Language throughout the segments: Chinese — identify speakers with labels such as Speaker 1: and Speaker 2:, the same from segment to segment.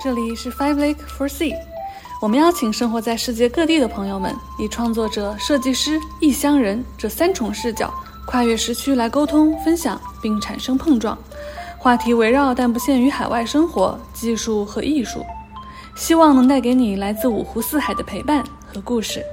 Speaker 1: 这里是 Five Lake for Sea， 我们邀请生活在世界各地的朋友们，以创作者、设计师、异乡人这三重视角，跨越时区来沟通、分享，并产生碰撞。话题围绕但不限于海外生活、技术和艺术，希望能带给你来自五湖四海的陪伴和故事。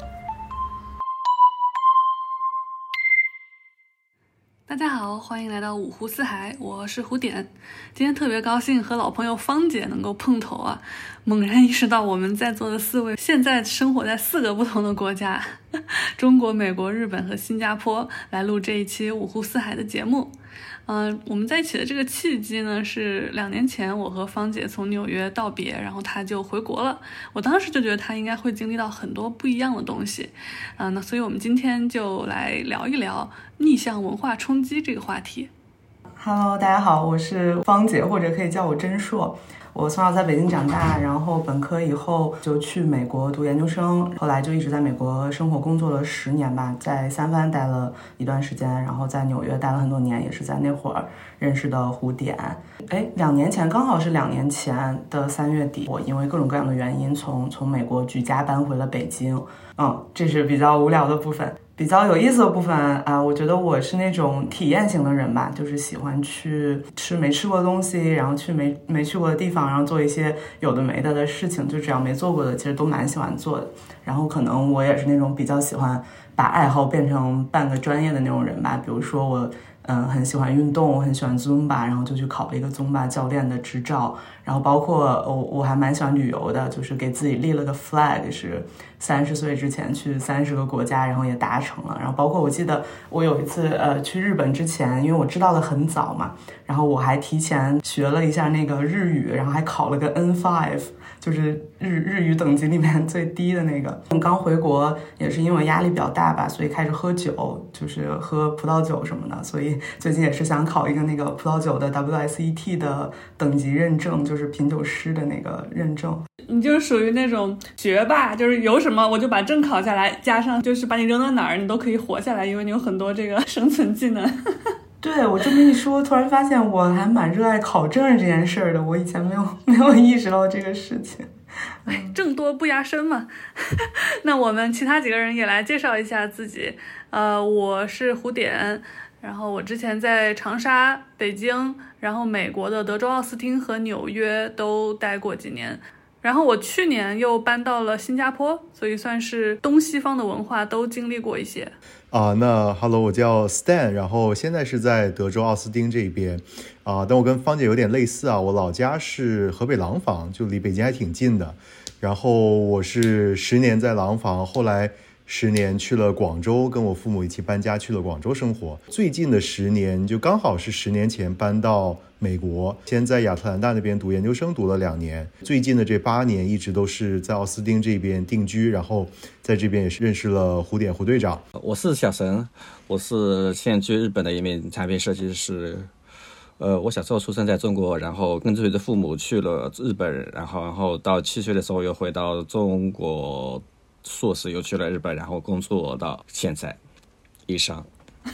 Speaker 1: 大家好，欢迎来到五湖四海，我是胡点。今天特别高兴和老朋友芳姐能够碰头啊，猛然意识到我们在座的四位现在生活在4个不同的国家，中国、美国、日本和新加坡，来录这一期五湖四海的节目。我们在一起的这个契机呢，是2年前我和芳姐从纽约道别，然后她就回国了。我当时就觉得她应该会经历到很多不一样的东西，那所以我们今天就来聊一聊逆向文化冲击这个话题。
Speaker 2: Hello， 大家好，我是芳姐，或者可以叫我甄硕。我从小在北京长大，然后本科以后就去美国读研究生，后来就一直在美国生活工作了10年吧，在三藩待了一段时间，然后在纽约待了很多年，也是在那会儿认识的胡点。2年前，刚好是2年前的3月底，我因为各种各样的原因从美国举家搬回了北京。这是比较无聊的部分。比较有意思的部分我觉得我是那种体验型的人吧，就是喜欢去吃没吃过的东西，然后去没去过的地方，然后做一些有的没的事情，就只要没做过的其实都蛮喜欢做的。然后可能我也是那种比较喜欢把爱好变成半个专业的那种人吧，比如说我很喜欢运动，很喜欢 Zumba， 然后就去考了一个 Zumba 教练的执照。然后包括我还蛮喜欢旅游的，就是给自己立了个 flag， 是30岁之前去30个国家，然后也达成了。然后包括我记得我有一次去日本之前，因为我知道的很早嘛，然后我还提前学了一下那个日语，然后还考了个 N5， 就是日语等级里面最低的那个。刚回国也是因为压力比较大吧，所以开始喝酒，就是喝葡萄酒什么的，所以最近也是想考一个那个葡萄酒的 WSET 的等级认证，就是品酒师的那个认证。
Speaker 1: 你就是属于那种学霸，就是有什么我就把证考下来，加上就是把你扔到哪儿你都可以活下来，因为你有很多这个生存技能。
Speaker 2: 对，我这么一说，突然发现我还蛮热爱考证这件事儿的，我以前没有意识到这个事情。
Speaker 1: 证多不压身嘛。那我们其他几个人也来介绍一下自己。我是胡点，然后我之前在长沙、北京，然后美国的德州奥斯汀和纽约都待过几年。然后我去年又搬到了新加坡，所以算是东西方的文化都经历过一些。
Speaker 3: 那 Hello， 我叫 Stan， 然后现在是在德州奥斯汀这边但我跟芳姐有点类似我老家是河北廊坊，就离北京还挺近的。然后我是10年在廊坊，后来10年去了广州，跟我父母一起搬家去了广州生活。最近的10年就刚好是10年前搬到美国，先在亚特兰大那边读研究生，读了2年。最近的这8年一直都是在奥斯汀这边定居，然后在这边也是认识了胡点胡队长。
Speaker 4: 我是小神，我是现居日本的一名产品设计师。我小时候出生在中国，然后跟随着父母去了日本，然后到7岁的时候又回到中国硕士，又去了日本，然后工作到现在。以上。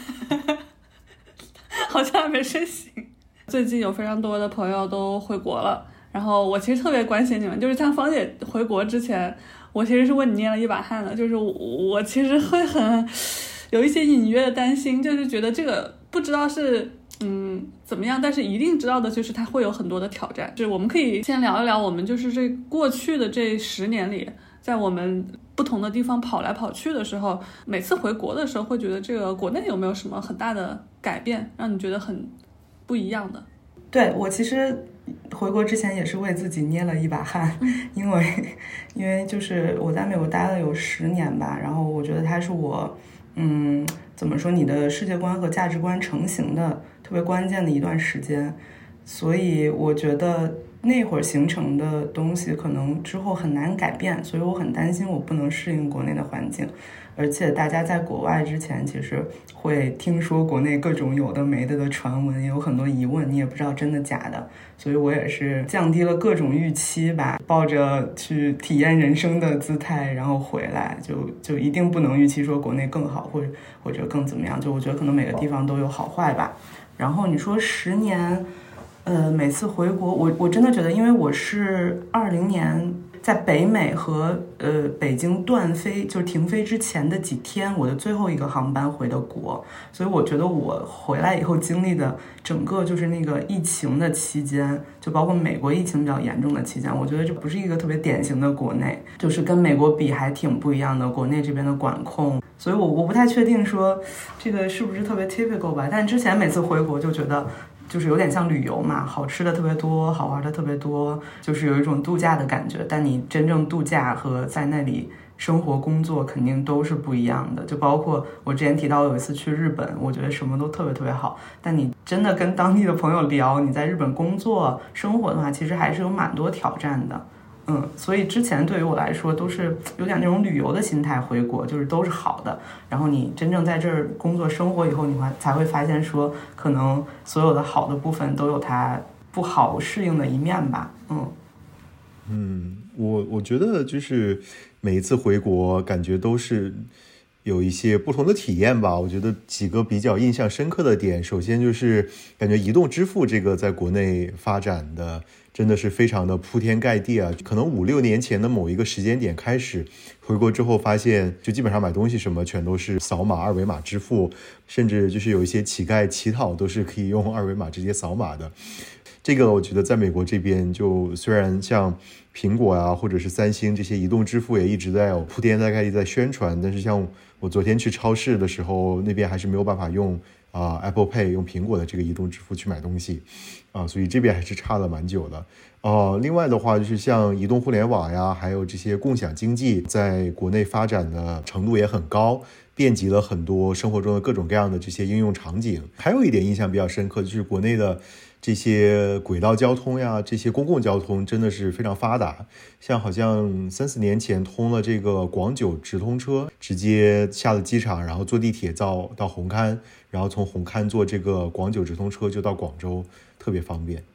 Speaker 1: 好像还没睡醒。最近有非常多的朋友都回国了，然后我其实特别关心你们，就是像芳姐回国之前，我其实是为你捏了一把汗的，就是我其实会很有一些隐约的担心，就是觉得这个不知道是怎么样，但是一定知道的就是它会有很多的挑战。就是我们可以先聊一聊我们就是这过去的这10年里，在我们不同的地方跑来跑去的时候，每次回国的时候会觉得这个国内有没有什么很大的改变，让你觉得很不一样的？
Speaker 2: 对，我其实回国之前也是为自己捏了一把汗，因为就是我在美国待了有10年吧，然后我觉得它是我怎么说，你的世界观和价值观成型的特别关键的一段时间，所以我觉得那会儿形成的东西可能之后很难改变，所以我很担心我不能适应国内的环境。而且大家在国外之前其实会听说国内各种有的没的传闻，也有很多疑问，你也不知道真的假的，所以我也是降低了各种预期吧，抱着去体验人生的姿态然后回来，就一定不能预期说国内更好或者更怎么样，就我觉得可能每个地方都有好坏吧。然后你说10年每次回国，我真的觉得，因为我是20年在北美和北京断飞，就是停飞之前的几天，我的最后一个航班回的国，所以我觉得我回来以后经历的整个就是那个疫情的期间，就包括美国疫情比较严重的期间，我觉得这不是一个特别典型的国内，就是跟美国比还挺不一样的，国内这边的管控，所以我不太确定说这个是不是特别 typical 吧，但之前每次回国就觉得就是有点像旅游嘛，好吃的特别多，好玩的特别多，就是有一种度假的感觉，但你真正度假和在那里生活工作肯定都是不一样的，就包括我之前提到有一次去日本，我觉得什么都特别特别好，但你真的跟当地的朋友聊你在日本工作生活的话，其实还是有蛮多挑战的。所以之前对于我来说都是有点那种旅游的心态回国，就是都是好的，然后你真正在这儿工作生活以后，你才会发现说可能所有的好的部分都有它不好适应的一面吧。
Speaker 3: 我觉得就是每一次回国感觉都是有一些不同的体验吧。我觉得几个比较印象深刻的点，首先就是感觉移动支付这个在国内发展的真的是非常的铺天盖地啊！可能5-6年前的某一个时间点开始，回国之后发现，就基本上买东西什么全都是扫码二维码支付，甚至就是有一些乞丐乞讨都是可以用二维码直接扫码的。这个我觉得在美国这边，就虽然像苹果啊或者是三星这些移动支付也一直在有铺天盖地在宣传，但是像我昨天去超市的时候，那边还是没有办法用Apple Pay 用苹果的这个移动支付去买东西所以这边还是差了蛮久的。另外的话就是像移动互联网呀，还有这些共享经济在国内发展的程度也很高，遍及了很多生活中的各种各样的这些应用场景。还有一点印象比较深刻，就是国内的这些轨道交通呀，这些公共交通真的是非常发达，像好像3-4年前通了这个广九直通车，直接下了机场，然后坐地铁到红磡，然后从红磡坐这个广九直通车就到广州，特别方便。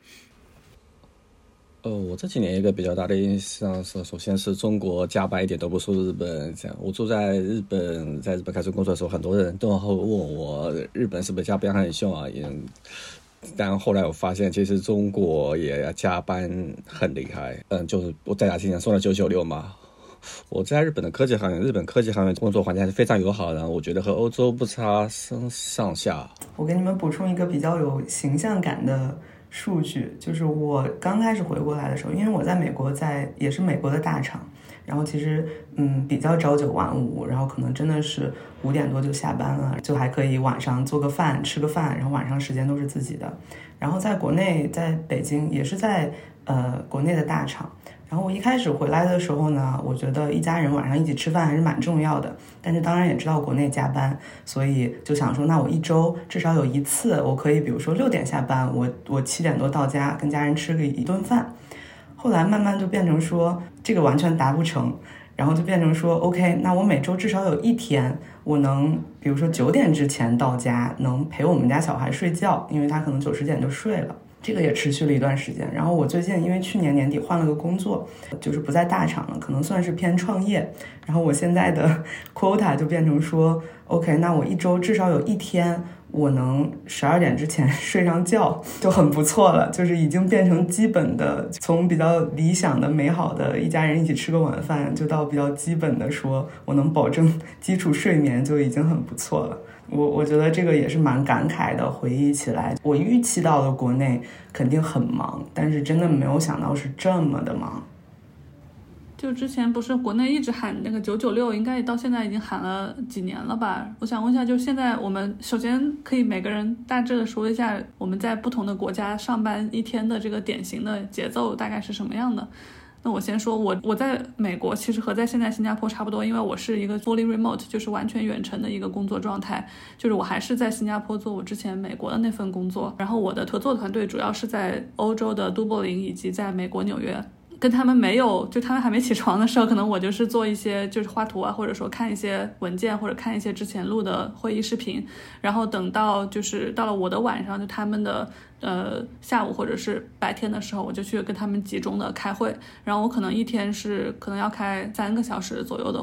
Speaker 4: 我这几年一个比较大的印象是，首先是中国加班一点都不输日本。这样，我住在日本，在日本开始工作的时候，很多人都会问我，日本是不是加班很凶啊？但后来我发现，其实中国也加班很厉害。就是我在之前说了996嘛。我在日本的科技行业，日本科技行业工作环境还是非常友好的，我觉得和欧洲不差上下。
Speaker 2: 我给你们补充一个比较有形象感的数据，就是我刚开始回过来的时候，因为我在美国也是美国的大厂，然后其实比较朝9晚5，然后可能真的是5点多就下班了，就还可以晚上做个饭吃个饭，然后晚上时间都是自己的。然后在国内在北京也是在国内的大厂，然后我一开始回来的时候呢，我觉得一家人晚上一起吃饭还是蛮重要的，但是当然也知道国内加班，所以就想说那我一周至少有一次我可以比如说6点下班，我7点多到家跟家人吃个一顿饭。后来慢慢就变成说这个完全达不成，然后就变成说 OK， 那我每周至少有一天我能比如说9点之前到家，能陪我们家小孩睡觉，因为他可能9-10点就睡了。这个也持续了一段时间，然后我最近因为去年年底换了个工作，就是不在大厂了，可能算是偏创业，然后我现在的 quota 就变成说 OK， 那我一周至少有一天我能12点之前睡上觉就很不错了，就是已经变成基本的，从比较理想的美好的一家人一起吃个晚饭，就到比较基本的说我能保证基础睡眠就已经很不错了。我觉得这个也是蛮感慨的，回忆起来我预期到了国内肯定很忙，但是真的没有想到是这么的忙。
Speaker 1: 就之前不是国内一直喊那个996，应该到现在已经喊了几年了吧？我想问一下，就是现在我们首先可以每个人大致的说一下我们在不同的国家上班一天的这个典型的节奏大概是什么样的。那我先说我在美国其实和在现在新加坡差不多，因为我是一个 fully remote， 就是完全远程的一个工作状态，就是我还是在新加坡做我之前美国的那份工作，然后我的合作团队主要是在欧洲的都柏林以及在美国纽约。跟他们没有，就他们还没起床的时候，可能我就是做一些就是画图啊，或者说看一些文件，或者看一些之前录的会议视频，然后等到就是到了我的晚上，就他们的下午或者是白天的时候，我就去跟他们集中的开会，然后我可能一天是可能要开3个小时左右的会，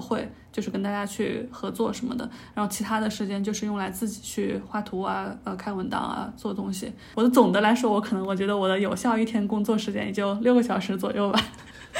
Speaker 1: 就是跟大家去合作什么的，然后其他的时间就是用来自己去画图啊、开文档啊、做东西。我的总的来说，我觉得我的有效一天工作时间也就6个小时左右吧。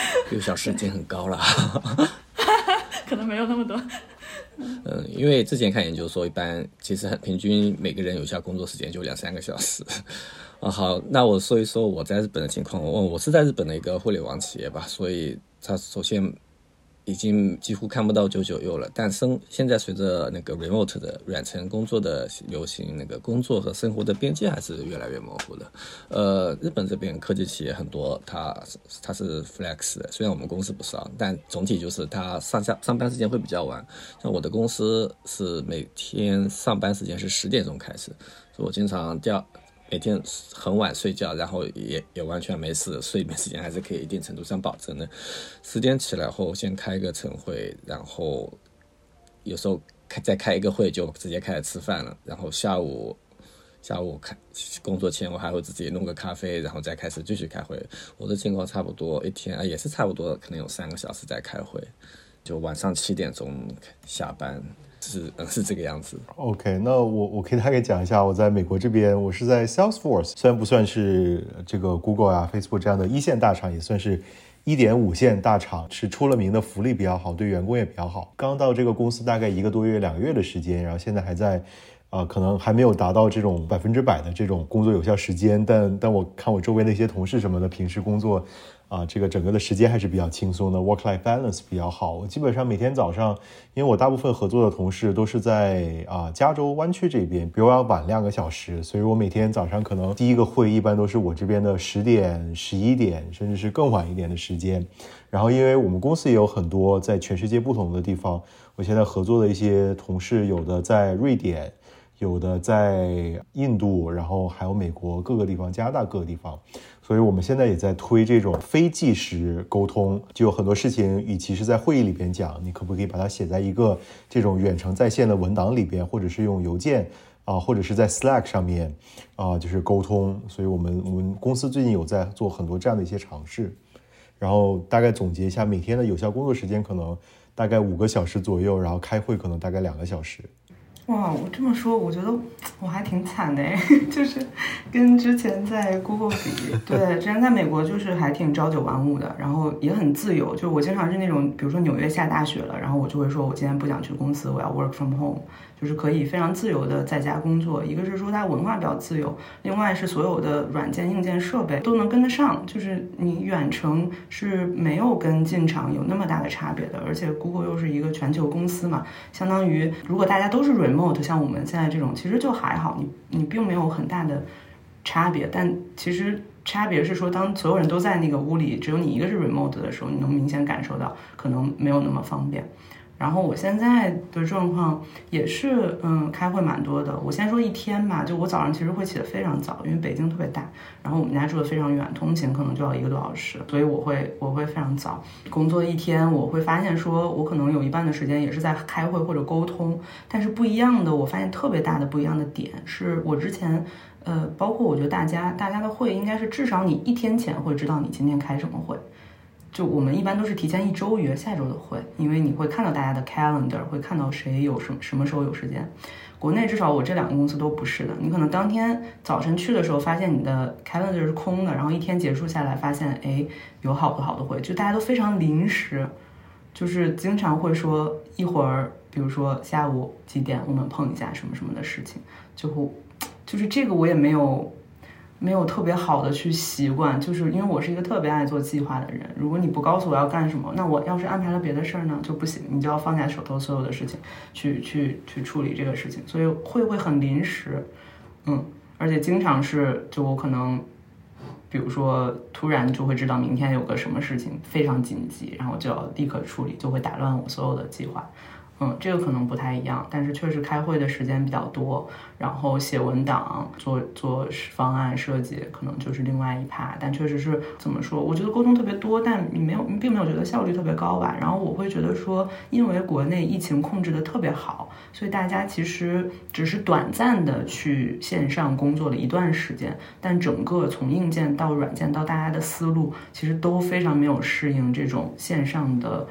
Speaker 4: 6小时已经很高了。
Speaker 1: 可能没有那么多。
Speaker 4: 因为之前看研究说，一般其实平均每个人有效工作时间就2-3个小时。好，那我说一说我在日本的情况。我是在日本的一个互联网企业吧，所以它首先已经几乎看不到996了，但现在随着那个 remote 的远程工作的流行，那个工作和生活的边界还是越来越模糊的。日本这边科技企业很多，它是 flex 的，虽然我们公司不少，但总体就是它上班时间会比较晚。像我的公司是每天上班时间是10点钟开始，所以我经常每天很晚睡觉，然后也完全没事，睡眠时间还是可以一定程度上保证的。10点起来后先开个晨会，然后有时候再开一个会就直接开始吃饭了，然后下午工作前我还会自己弄个咖啡，然后再开始继续开会。我的情况差不多一天也是差不多可能有3个小时在开会，就晚上7点钟下班。是这个样子。
Speaker 3: OK， 那我可以大概讲一下，我在美国这边，我是在 Salesforce， 虽然不算是这个 Google 啊 Facebook 这样的一线大厂，也算是1.5线大厂，是出了名的福利比较好，对员工也比较好。刚到这个公司大概1个多月2个月的时间，然后现在还在可能还没有达到这种100%的这种工作有效时间，但我看我周边的一些同事什么的，平时工作这个整个的时间还是比较轻松的， work-life balance 比较好。我基本上每天早上，因为我大部分合作的同事都是在加州湾区这边，比我要晚2个小时，所以我每天早上可能第一个会一般都是我这边的10点、11点，甚至是更晚一点的时间。然后因为我们公司也有很多在全世界不同的地方，我现在合作的一些同事，有的在瑞典，有的在印度，然后还有美国各个地方，加拿大各个地方。所以我们现在也在推这种非即时沟通，就有很多事情与其是在会议里边讲，你可不可以把它写在一个这种远程在线的文档里边，或者是用邮件或者是在 Slack 上面就是沟通。所以我们公司最近有在做很多这样的一些尝试。然后大概总结一下，每天的有效工作时间可能大概5个小时左右，然后开会可能大概2个小时。
Speaker 2: 哇，我这么说，我觉得我还挺惨的就是跟之前在 Google 比，对，之前在美国就是还挺朝9晚5的，然后也很自由，就我经常是那种，比如说纽约下大雪了，然后我就会说我今天不想去公司，我要 work from home， 就是可以非常自由的在家工作。一个是说它文化比较自由，另外是所有的软件、硬件设备都能跟得上，就是你远程是没有跟进场有那么大的差别的。而且 Google 又是一个全球公司嘛，相当于如果大家都是 remote，像我们现在这种其实就还好，你并没有很大的差别。但其实差别是说，当所有人都在那个屋里，只有你一个是 remote 的时候，你能明显感受到可能没有那么方便。然后我现在的状况也是开会蛮多的。我先说一天吧，就我早上其实会起得非常早，因为北京特别大，然后我们家住得非常远，通勤可能就要1个多小时，所以我会非常早工作一天。我会发现说我可能有一半的时间也是在开会或者沟通，但是不一样的，我发现特别大的不一样的点是我之前包括我觉得大家的会应该是至少你1天前会知道你今天开什么会。就我们一般都是提前1周约下周的会，因为你会看到大家的 calendar， 会看到谁有什么时候有时间。国内至少我这2个公司都不是的，你可能当天早晨去的时候发现你的 calendar 是空的，然后一天结束下来发现有好的会，就大家都非常临时，就是经常会说一会儿比如说下午几点我们碰一下什么什么的事情，就是这个我也没有特别好的去习惯，就是因为我是一个特别爱做计划的人，如果你不告诉我要干什么，那我要是安排了别的事儿呢就不行，你就要放下手头所有的事情去处理这个事情，所以会很临时。而且经常是就我可能比如说突然就会知道明天有个什么事情非常紧急，然后就要立刻处理，就会打乱我所有的计划。这个可能不太一样，但是确实开会的时间比较多，然后写文档、做方案设计，可能就是另外一趴。但确实是怎么说？我觉得沟通特别多，但你并没有觉得效率特别高吧？然后我会觉得说，因为国内疫情控制的特别好，所以大家其实只是短暂的去线上工作了一段时间，但整个从硬件到软件到大家的思路，其实都非常没有适应这种线上的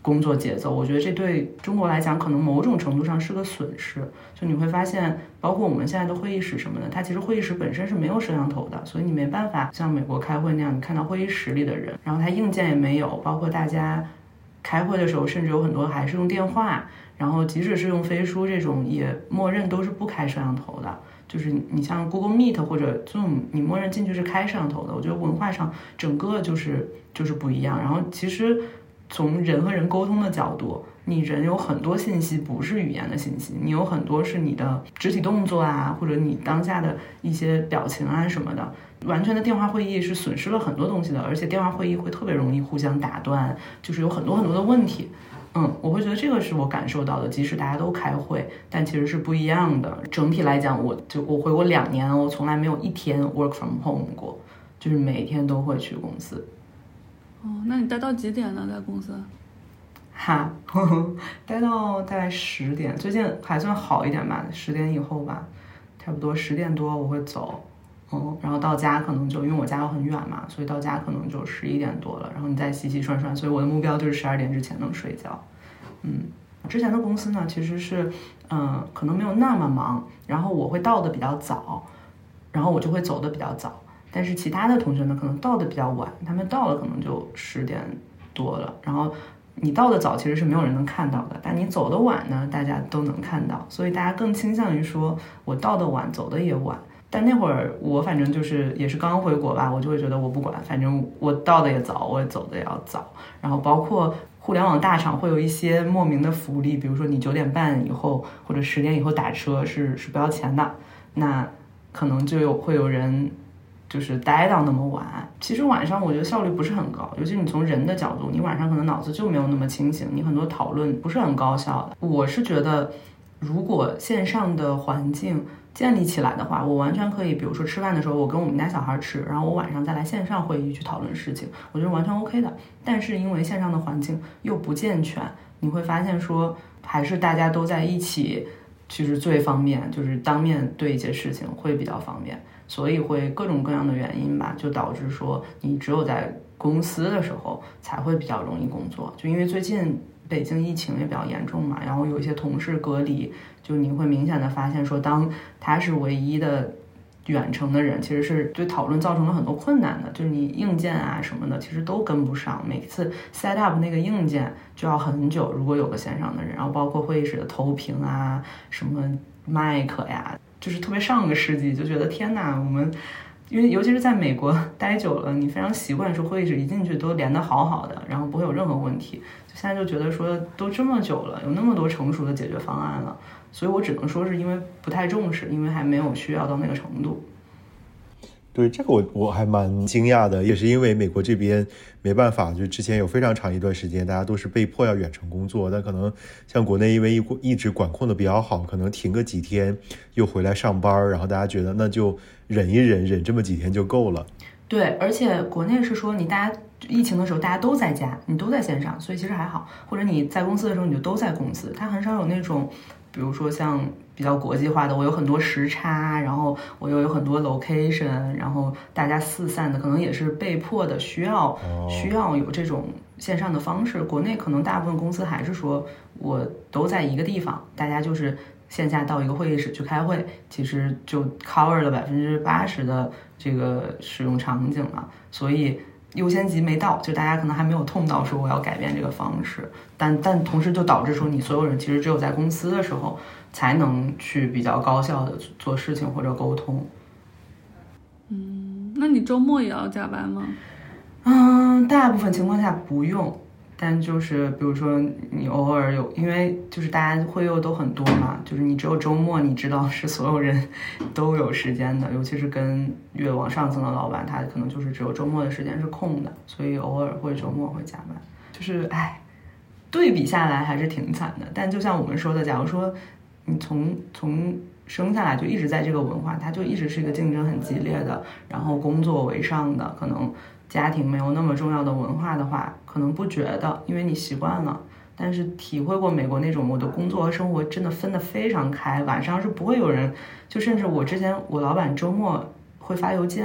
Speaker 2: 工作节奏，我觉得这对中国来讲可能某种程度上是个损失。就你会发现包括我们现在的会议室什么的，它其实会议室本身是没有摄像头的，所以你没办法像美国开会那样你看到会议室里的人，然后它硬件也没有，包括大家开会的时候甚至有很多还是用电话，然后即使是用飞书这种也默认都是不开摄像头的。就是你像 Google Meet 或者 Zoom， 你默认进去是开摄像头的，我觉得文化上整个就是不一样。然后其实从人和人沟通的角度，你人有很多信息不是语言的信息，你有很多是你的肢体动作啊，或者你当下的一些表情啊什么的。完全的电话会议是损失了很多东西的，而且电话会议会特别容易互相打断，就是有很多的问题。我会觉得这个是我感受到的，即使大家都开会，但其实是不一样的。整体来讲，我回国2年，我从来没有一天 work from home 过，就是每天都会去公司。
Speaker 1: 那你待到几点呢？在公司？
Speaker 2: 待到大概10点，最近还算好一点吧，10点以后吧，差不多10点多我会走。然后到家可能就因为我家又很远嘛，所以到家可能就11点多了，然后你再洗洗涮涮，所以我的目标就是12点之前能睡觉。之前的公司呢其实是可能没有那么忙，然后我会到的比较早，然后我就会走的比较早，但是其他的同学呢可能到的比较晚，他们到了可能就10点多了，然后你到的早其实是没有人能看到的，但你走的晚呢大家都能看到，所以大家更倾向于说我到的晚走的也晚。但那会儿我反正就是也是刚回国吧，我就会觉得我不管，反正我到的也早，我走的也要早。然后包括互联网大厂会有一些莫名的福利，比如说你9点半以后或者10点以后打车是不要钱的，那可能就会有人就是待到那么晚。其实晚上我觉得效率不是很高，尤其你从人的角度，你晚上可能脑子就没有那么清醒，你很多讨论不是很高效的。我是觉得如果线上的环境建立起来的话，我完全可以比如说吃饭的时候我跟我们家小孩吃，然后我晚上再来线上会议去讨论事情，我觉得完全 OK 的。但是因为线上的环境又不健全，你会发现说还是大家都在一起其实最方便，就是当面对一些事情会比较方便，所以会各种各样的原因吧，就导致说你只有在公司的时候才会比较容易工作。就因为最近北京疫情也比较严重嘛，然后有一些同事隔离，就你会明显的发现说当他是唯一的远程的人，其实是对讨论造成了很多困难的，就是你硬件啊什么的其实都跟不上，每次 set up 那个硬件就要很久，如果有个线上的人，然后包括会议室的投屏啊什么麦克呀，就是特别上个世纪，就觉得天哪，我们因为尤其是在美国待久了，你非常习惯说会议室一进去都连得好好的，然后不会有任何问题，就现在就觉得说都这么久了，有那么多成熟的解决方案了，所以我只能说是因为不太重视，因为还没有需要到那个程度。
Speaker 3: 对，这个我还蛮惊讶的，也是因为美国这边没办法，就之前有非常长一段时间大家都是被迫要远程工作，但可能像国内因为一直管控的比较好，可能停个几天又回来上班，然后大家觉得那就忍一忍，忍这么几天就够了。
Speaker 2: 对，而且国内是说你大家疫情的时候大家都在家，你都在线上，所以其实还好，或者你在公司的时候你就都在公司，它很少有那种比如说像比较国际化的，我有很多时差，然后我又有很多 location， 然后大家四散的，可能也是被迫的需要有这种线上的方式。国内可能大部分公司还是说我都在一个地方，大家就是线下到一个会议室去开会，其实就 cover 了80%的这个使用场景了，所以优先级没到，就大家可能还没有痛到说我要改变这个方式，但同时就导致说你所有人其实只有在公司的时候才能去比较高效的做事情或者沟通。
Speaker 1: 那你周末也要加班吗？
Speaker 2: 大部分情况下不用，但就是比如说你偶尔有，因为就是大家会又都很多嘛，就是你只有周末你知道是所有人都有时间的，尤其是跟越往上层的老板，他可能就是只有周末的时间是空的，所以偶尔会周末会加班。就是对比下来还是挺惨的。但就像我们说的，假如说你从生下来就一直在这个文化，它就一直是一个竞争很激烈的，然后工作为上的，可能家庭没有那么重要的文化的话，可能不觉得，因为你习惯了。但是体会过美国那种我的工作和生活真的分得非常开，晚上是不会有人，就甚至我之前我老板周末会发邮件，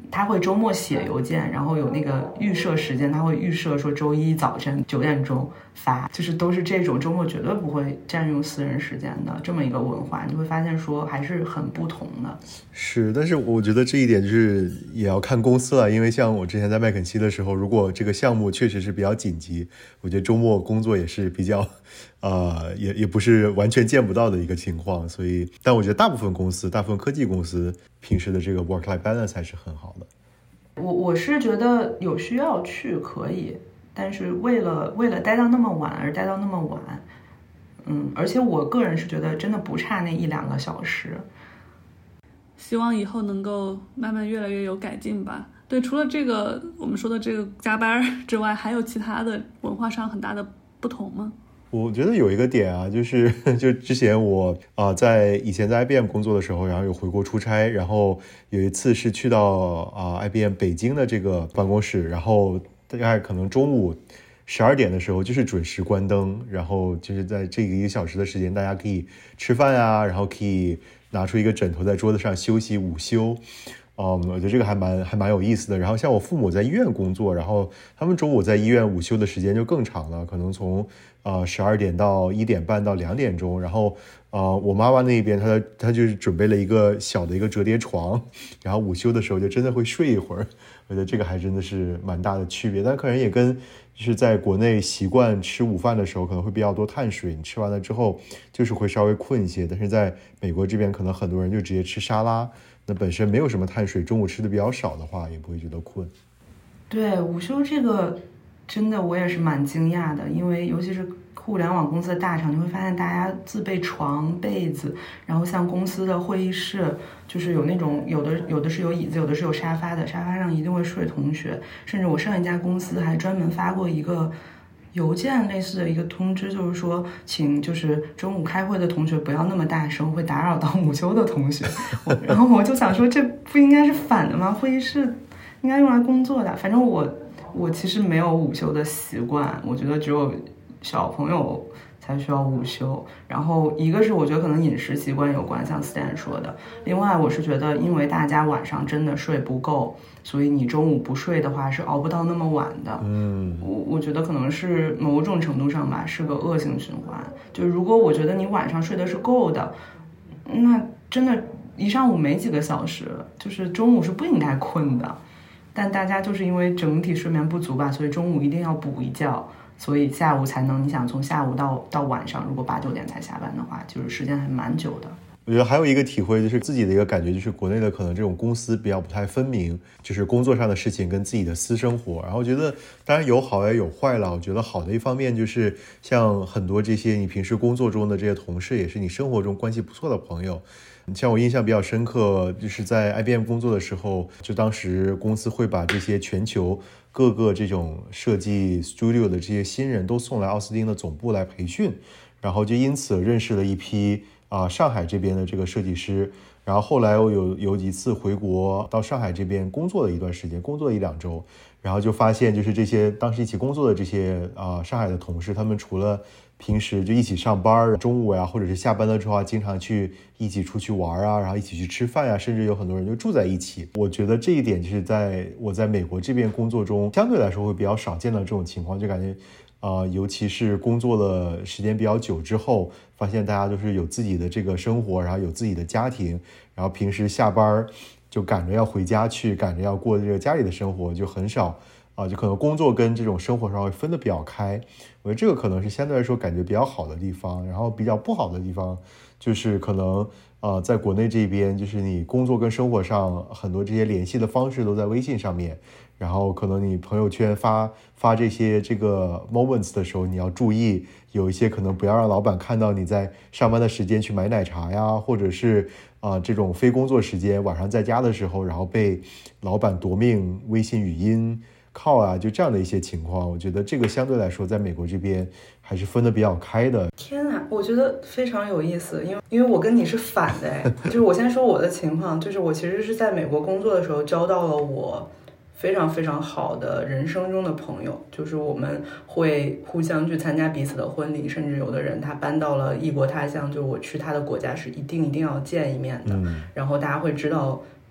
Speaker 2: 他会周末写邮件，然后有那个预设时间，他会预设说周一早晨9点钟发，就是都是这种周末绝对不会占用私人时间的这么一个文化，你会发现说还是很不同的。
Speaker 3: 是，但是我觉得这一点就是也要看公司了，因为像我之前在麦肯锡的时候，如果这个项目确实是比较紧急，我觉得周末工作也是比较也不是完全见不到的一个情况，所以但我觉得大部分科技公司平时的这个 work-life balance 还是很好的。
Speaker 2: 我是觉得有需要去可以，但是为了待到那么晚而待到那么晚，而且我个人是觉得真的不差那1-2个小时。
Speaker 1: 希望以后能够慢慢越来越有改进吧。对，除了这个我们说的这个加班之外，还有其他的文化上很大的不同吗？
Speaker 3: 我觉得有一个点啊，就之前我以前在 IBM 工作的时候，然后有回国出差，然后有一次是去到IBM 北京的这个办公室，然后大概可能中午12点的时候就是准时关灯，然后就是在这个1个小时的时间，大家可以吃饭啊，然后可以拿出一个枕头在桌子上休息午休。我觉得这个还蛮有意思的。然后像我父母在医院工作，然后他们中午在医院午休的时间就更长了，可能从12点到1点半到2点钟。然后我妈妈那边她就是准备了一个小的一个折叠床，然后午休的时候就真的会睡一会儿。我觉得这个还真的是蛮大的区别，但可能也跟就是在国内习惯吃午饭的时候可能会比较多碳水，你吃完了之后就是会稍微困一些。但是在美国这边可能很多人就直接吃沙拉，那本身没有什么碳水，中午吃的比较少的话也不会觉得困。
Speaker 2: 对，午休这个真的我也是蛮惊讶的，因为尤其是互联网公司的大厂，你会发现大家自备床被子，然后像公司的会议室就是有那种有的是有椅子，有的是有沙发的，沙发上一定会睡同学。甚至我上一家公司还专门发过一个邮件类似的一个通知，就是说请就是中午开会的同学不要那么大声，会打扰到午休的同学。然后我就想说这不应该是反的吗？会议室应该用来工作的。反正我其实没有午休的习惯，我觉得只有小朋友才需要午休。然后一个是我觉得可能饮食习惯有关，像 Stan 说的，另外我是觉得因为大家晚上真的睡不够，所以你中午不睡的话是熬不到那么晚的。我觉得可能是某种程度上吧，是个恶性循环。就如果我觉得你晚上睡的是够的，那真的一上午没几个小时，就是中午是不应该困的。但大家就是因为整体睡眠不足吧，所以中午一定要补一觉，所以下午才能，你想从下午到晚上，如果8-9点才下班的话，就是时间还蛮久的。
Speaker 3: 我觉得还有一个体会，就是自己的一个感觉，就是国内的可能这种公司比较不太分明，就是工作上的事情跟自己的私生活。然后我觉得当然有好也有坏了。我觉得好的一方面就是像很多这些你平时工作中的这些同事，也是你生活中关系不错的朋友。像我印象比较深刻，就是在 IBM 工作的时候，就当时公司会把这些全球各个这种设计 studio 的这些新人都送来奥斯汀的总部来培训，然后就因此认识了一批上海这边的这个设计师。然后后来我有几次回国到上海这边工作了一段时间，工作了1-2周，然后就发现就是这些当时一起工作的这些上海的同事，他们除了平时就一起上班，中午呀或者是下班了之后经常去一起出去玩啊，然后一起去吃饭呀，甚至有很多人就住在一起。我觉得这一点就是我在美国这边工作中相对来说会比较少见到这种情况，就感觉尤其是工作了时间比较久之后，发现大家就是有自己的这个生活，然后有自己的家庭，然后平时下班就赶着要回家去，赶着要过这个家里的生活，就很少就可能工作跟这种生活上会分得比较开。我觉得这个可能是相对来说感觉比较好的地方。然后比较不好的地方就是可能在国内这边，就是你工作跟生活上很多这些联系的方式都在微信上面，然后可能你朋友圈发这些这个 moments 的时候，你要注意有一些可能不要让老板看到你在上班的时间去买奶茶呀，或者是这种非工作时间晚上在家的时候，然后被老板夺命微信语音call啊，就这样的一些情况。我觉得这个相对来说在美国这边还是分得比较开的。
Speaker 2: 天啊，我觉得非常有意思，因为我跟你是反的就是我先说我的情况，就是我其实是在美国工作的时候交到了我非常非常好的人生中的朋友，就是我们会互相去参加彼此的婚礼，甚至有的人他搬到了异国他乡，就我去他的国家是一定要见一面的，然后大家会知道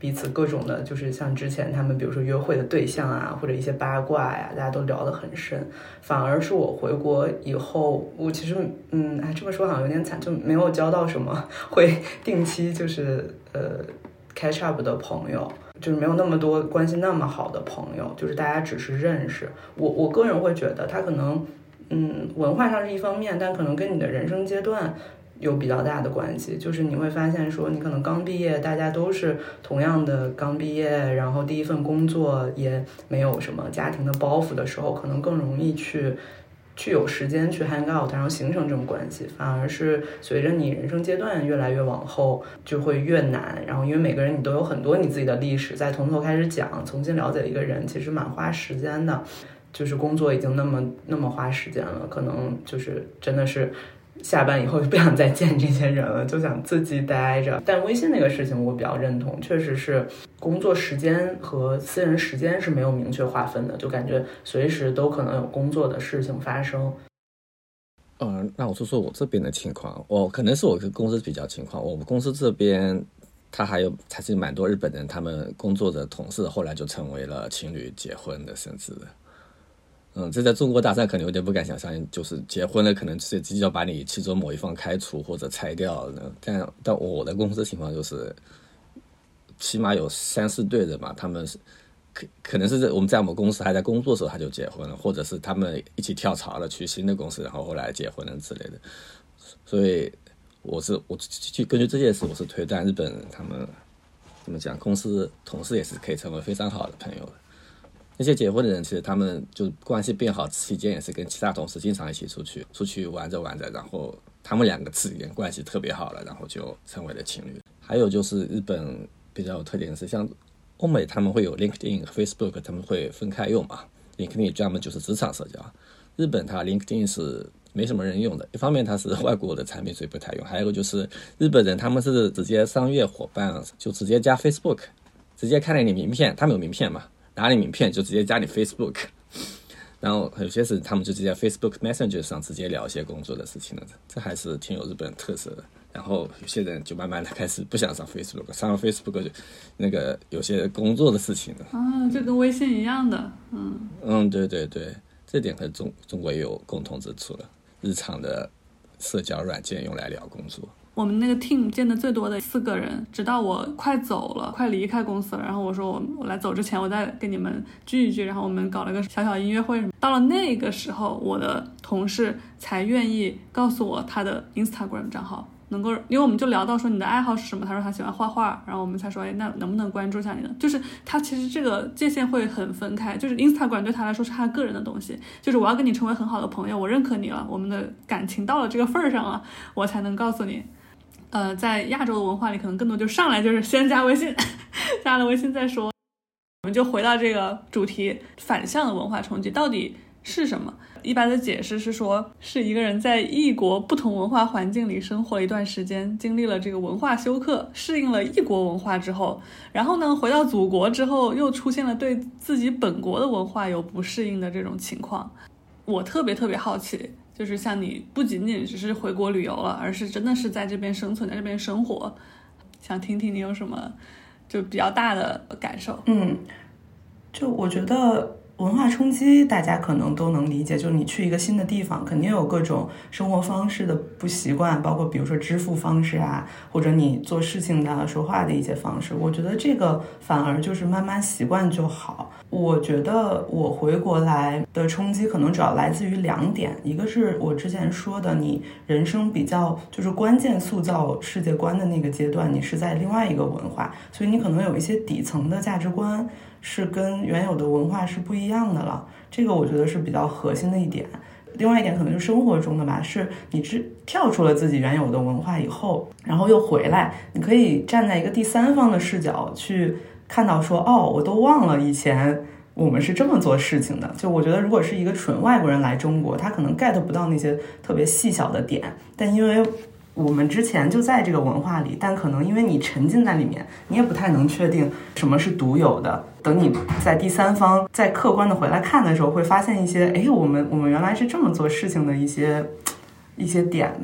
Speaker 2: 彼此各种的，就是像之前他们比如说约会的对象啊，或者一些八卦呀，大家都聊得很深。反而是我回国以后，我其实这么说好像有点惨，就没有交到什么会定期就是catch up 的朋友，就是没有那么多关系那么好的朋友，就是大家只是认识。我个人会觉得他可能文化上是一方面，但可能跟你的人生阶段有比较大的关系。就是你会发现说你可能刚毕业，大家都是同样的刚毕业，然后第一份工作也没有什么家庭的包袱的时候，可能更容易去有时间去 hang out， 然后形成这种关系。反而是随着你人生阶段越来越往后就会越难，然后因为每个人你都有很多你自己的历史，再从头开始讲，重新了解一个人其实蛮花时间的。就是工作已经那么花时间了，可能就是真的是下班以后就不想再见这些人了，就想自己待着。但微信那个事情我比较认同，确实是工作时间和私人时间是没有明确划分的，就感觉随时都可能有工作的事情发生。
Speaker 4: 那我说说我这边的情况，可能是我公司比较情况，我们公司这边还是蛮多日本人，他们工作的同事后来就成为了情侣结婚的，甚至的。这在中国大家可能有点不敢想象，就是结婚了可能直接要把你其中某一方开除或者裁掉了。但我的公司情况就是起码有3-4对的嘛，他们是可能是我们在我们公司还在工作的时候他就结婚了，或者是他们一起跳槽了去新的公司，然后后来结婚了之类的。所以我根据这件事，我是推断日本他们怎么讲，公司同事也是可以成为非常好的朋友的。那些结婚的人，其实他们就关系变好期间，也是跟其他同事经常一起出去玩着，然后他们2个之间关系特别好了，然后就成为了情侣。还有就是日本比较有特点的是，像欧美他们会有 LinkedIn、Facebook， 他们会分开用嘛。LinkedIn 专门就是职场社交，日本它 LinkedIn 是没什么人用的。一方面它是外国的产品，所以不太用；还有一个就是日本人他们是直接商业伙伴，就直接加 Facebook， 直接看了你名片，他们有名片嘛。拿你名片就直接加你 Facebook， 然后有些是他们就直接 Facebook Messenger 上直接聊一些工作的事情了，这还是挺有日本特色的。然后有些人就慢慢的开始不想上 Facebook， 上了 Facebook 就那个有些工作的事情了
Speaker 1: 就跟微信一样的。
Speaker 4: 对对对，这点和中国也有共同之处了，日常的社交软件用来聊工作。
Speaker 1: 我们那个 team 见的最多的4个人，直到我快走了，快离开公司了，然后我说我来走之前我再跟你们聚一聚，然后我们搞了个小小音乐会什么。到了那个时候，我的同事才愿意告诉我他的 Instagram 账号，能够，因为我们就聊到说你的爱好是什么，他说他喜欢画画，然后我们才说那能不能关注一下你呢？就是他其实这个界限会很分开，就是 Instagram 对他来说是他个人的东西，就是我要跟你成为很好的朋友，我认可你了，我们的感情到了这个份上了，我才能告诉你。在亚洲的文化里，可能更多就上来就是先加微信，加了微信再说。我们就回到这个主题，反向的文化冲击到底是什么？一般的解释是说，是一个人在异国不同文化环境里生活了一段时间，经历了这个文化休克，适应了异国文化之后，然后呢，回到祖国之后，又出现了对自己本国的文化有不适应的这种情况。我特别好奇，就是像你不仅仅只是回国旅游了，而是真的是在这边生存，在这边生活，想听听你有什么就比较大的感受。
Speaker 2: 就我觉得文化冲击大家可能都能理解，就是你去一个新的地方，肯定有各种生活方式的不习惯，包括比如说支付方式啊，或者你做事情的说话的一些方式，我觉得这个反而就是慢慢习惯就好。我觉得我回国来的冲击可能主要来自于2点，一个是我之前说的，你人生比较就是关键塑造世界观的那个阶段，你是在另外一个文化，所以你可能有一些底层的价值观是跟原有的文化是不一样的了，这个我觉得是比较核心的一点。另外一点可能就是生活中的吧，是你跳出了自己原有的文化以后，然后又回来，你可以站在一个第三方的视角去看到说，我都忘了以前我们是这么做事情的。就我觉得如果是一个纯外国人来中国，他可能 get 不到那些特别细小的点，但因为我们之前就在这个文化里，但可能因为你沉浸在里面，你也不太能确定什么是独有的。等你在第三方再客观的回来看的时候，会发现一些我们原来是这么做事情的一些点吧。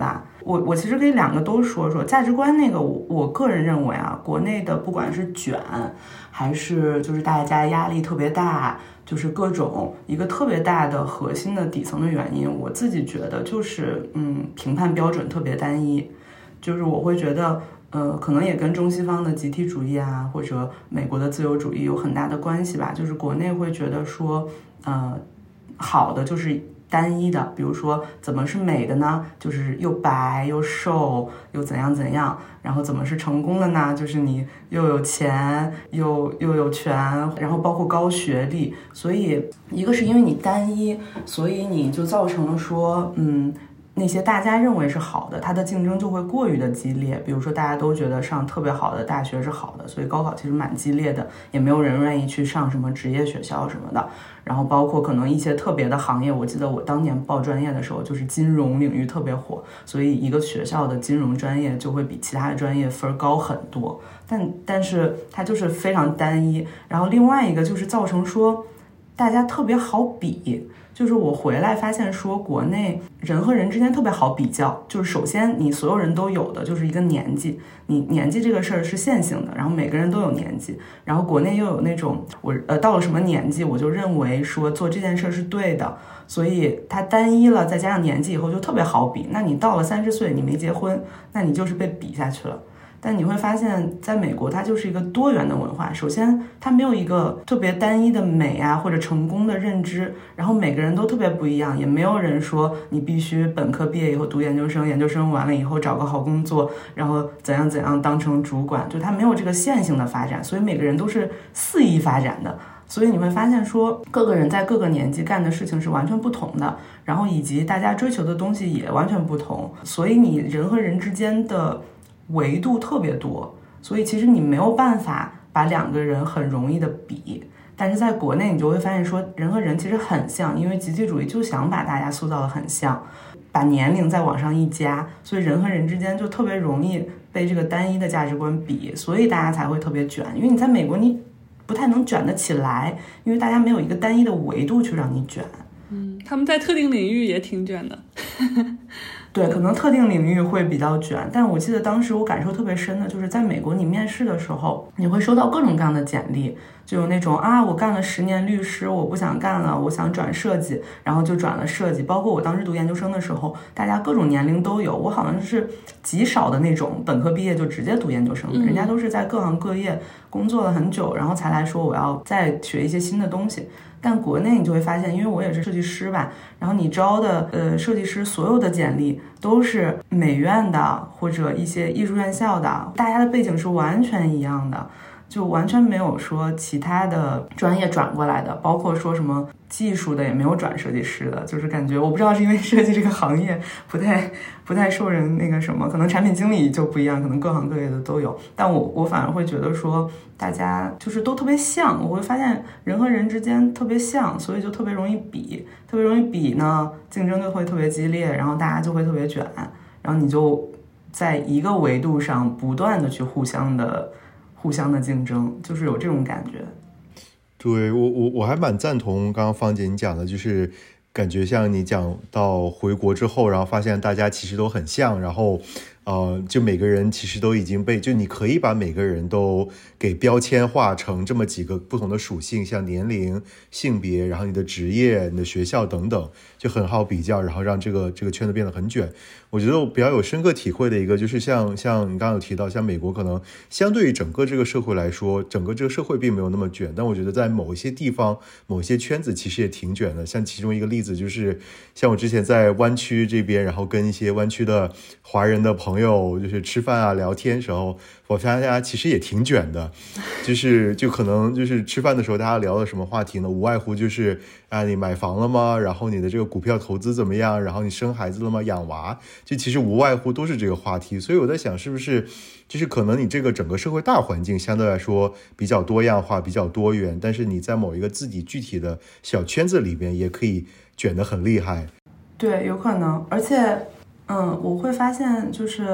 Speaker 2: 我其实可以两个都说说。价值观那个我个人认为啊，国内的不管是卷还是就是大家压力特别大，就是各种一个特别大的核心的底层的原因，我自己觉得就是评判标准特别单一。就是我会觉得可能也跟中西方的集体主义啊，或者美国的自由主义有很大的关系吧。就是国内会觉得说好的就是单一的，比如说怎么是美的呢？就是又白又瘦又怎样怎样。然后怎么是成功的呢？就是你又有钱又有权，然后包括高学历。所以一个是因为你单一，所以你就造成了说那些大家认为是好的，它的竞争就会过于的激烈。比如说大家都觉得上特别好的大学是好的，所以高考其实蛮激烈的，也没有人愿意去上什么职业学校什么的。然后包括可能一些特别的行业，我记得我当年报专业的时候，就是金融领域特别火，所以一个学校的金融专业就会比其他的专业分高很多。但是它就是非常单一。然后另外一个就是造成说大家特别好比。就是我回来发现说国内人和人之间特别好比较，就是首先你所有人都有的就是一个年纪，你年纪这个事儿是线性的，然后每个人都有年纪，然后国内又有那种我到了什么年纪我就认为说做这件事是对的，所以它单一了，再加上年纪以后就特别好比。那你到了30岁你没结婚，那你就是被比下去了。但你会发现在美国它就是一个多元的文化，首先它没有一个特别单一的美啊或者成功的认知，然后每个人都特别不一样，也没有人说你必须本科毕业以后读研究生，研究生完了以后找个好工作，然后怎样怎样当成主管，就它没有这个线性的发展，所以每个人都是肆意发展的。所以你会发现说各个人在各个年纪干的事情是完全不同的，然后以及大家追求的东西也完全不同，所以你人和人之间的维度特别多，所以其实你没有办法把两个人很容易的比。但是在国内你就会发现说人和人其实很像，因为集体主义就想把大家塑造的很像，把年龄再往上一加，所以人和人之间就特别容易被这个单一的价值观比，所以大家才会特别卷。因为你在美国你不太能卷得起来，因为大家没有一个单一的维度去让你卷。
Speaker 1: 他们在特定领域也挺卷的。
Speaker 2: 对，可能特定领域会比较卷，但我记得当时我感受特别深的就是在美国你面试的时候，你会收到各种各样的简历，就有那种我干了10年律师，我不想干了，我想转设计，然后就转了设计。包括我当时读研究生的时候，大家各种年龄都有，我好像是极少的那种本科毕业就直接读研究生，人家都是在各行各业工作了很久，然后才来说我要再学一些新的东西。但国内你就会发现，因为我也是设计师吧，然后你招的设计师所有的简历都是美院的或者一些艺术院校的，大家的背景是完全一样的，就完全没有说其他的专业转过来的，包括说什么技术的也没有转设计师的，就是感觉我不知道是因为设计这个行业不太受人那个什么，可能产品经理就不一样，可能各行各业的都有，但我反而会觉得说大家就是都特别像，我会发现人和人之间特别像，所以就特别容易比呢，竞争就会特别激烈，然后大家就会特别卷，然后你就在一个维度上不断的去互相的竞争，就是有这种感觉。
Speaker 3: 对，我还蛮赞同刚刚芳姐你讲的，就是感觉像你讲到回国之后，然后发现大家其实都很像，然后就每个人其实都已经就你可以把每个人都给标签化成这么几个不同的属性，像年龄、性别，然后你的职业、你的学校等等，就很好比较，然后让这个圈子变得很卷。我觉得我比较有深刻体会的一个就是像你刚刚有提到，像美国可能相对于整个这个社会来说，整个这个社会并没有那么卷，但我觉得在某一些地方、某些圈子其实也挺卷的。像其中一个例子就是像我之前在湾区这边，然后跟一些湾区的华人的朋友就是吃饭啊聊天的时候，我发现大家其实也挺卷的，就可能就是吃饭的时候大家聊的什么话题呢，无外乎就是你买房了吗，然后你的这个股票投资怎么样，然后你生孩子了吗，养娃，就其实无外乎都是这个话题。所以我在想是不是就是可能你这个整个社会大环境相对来说比较多样化比较多元，但是你在某一个自己具体的小圈子里边也可以卷得很厉害。
Speaker 2: 对，有可能。而且我会发现就是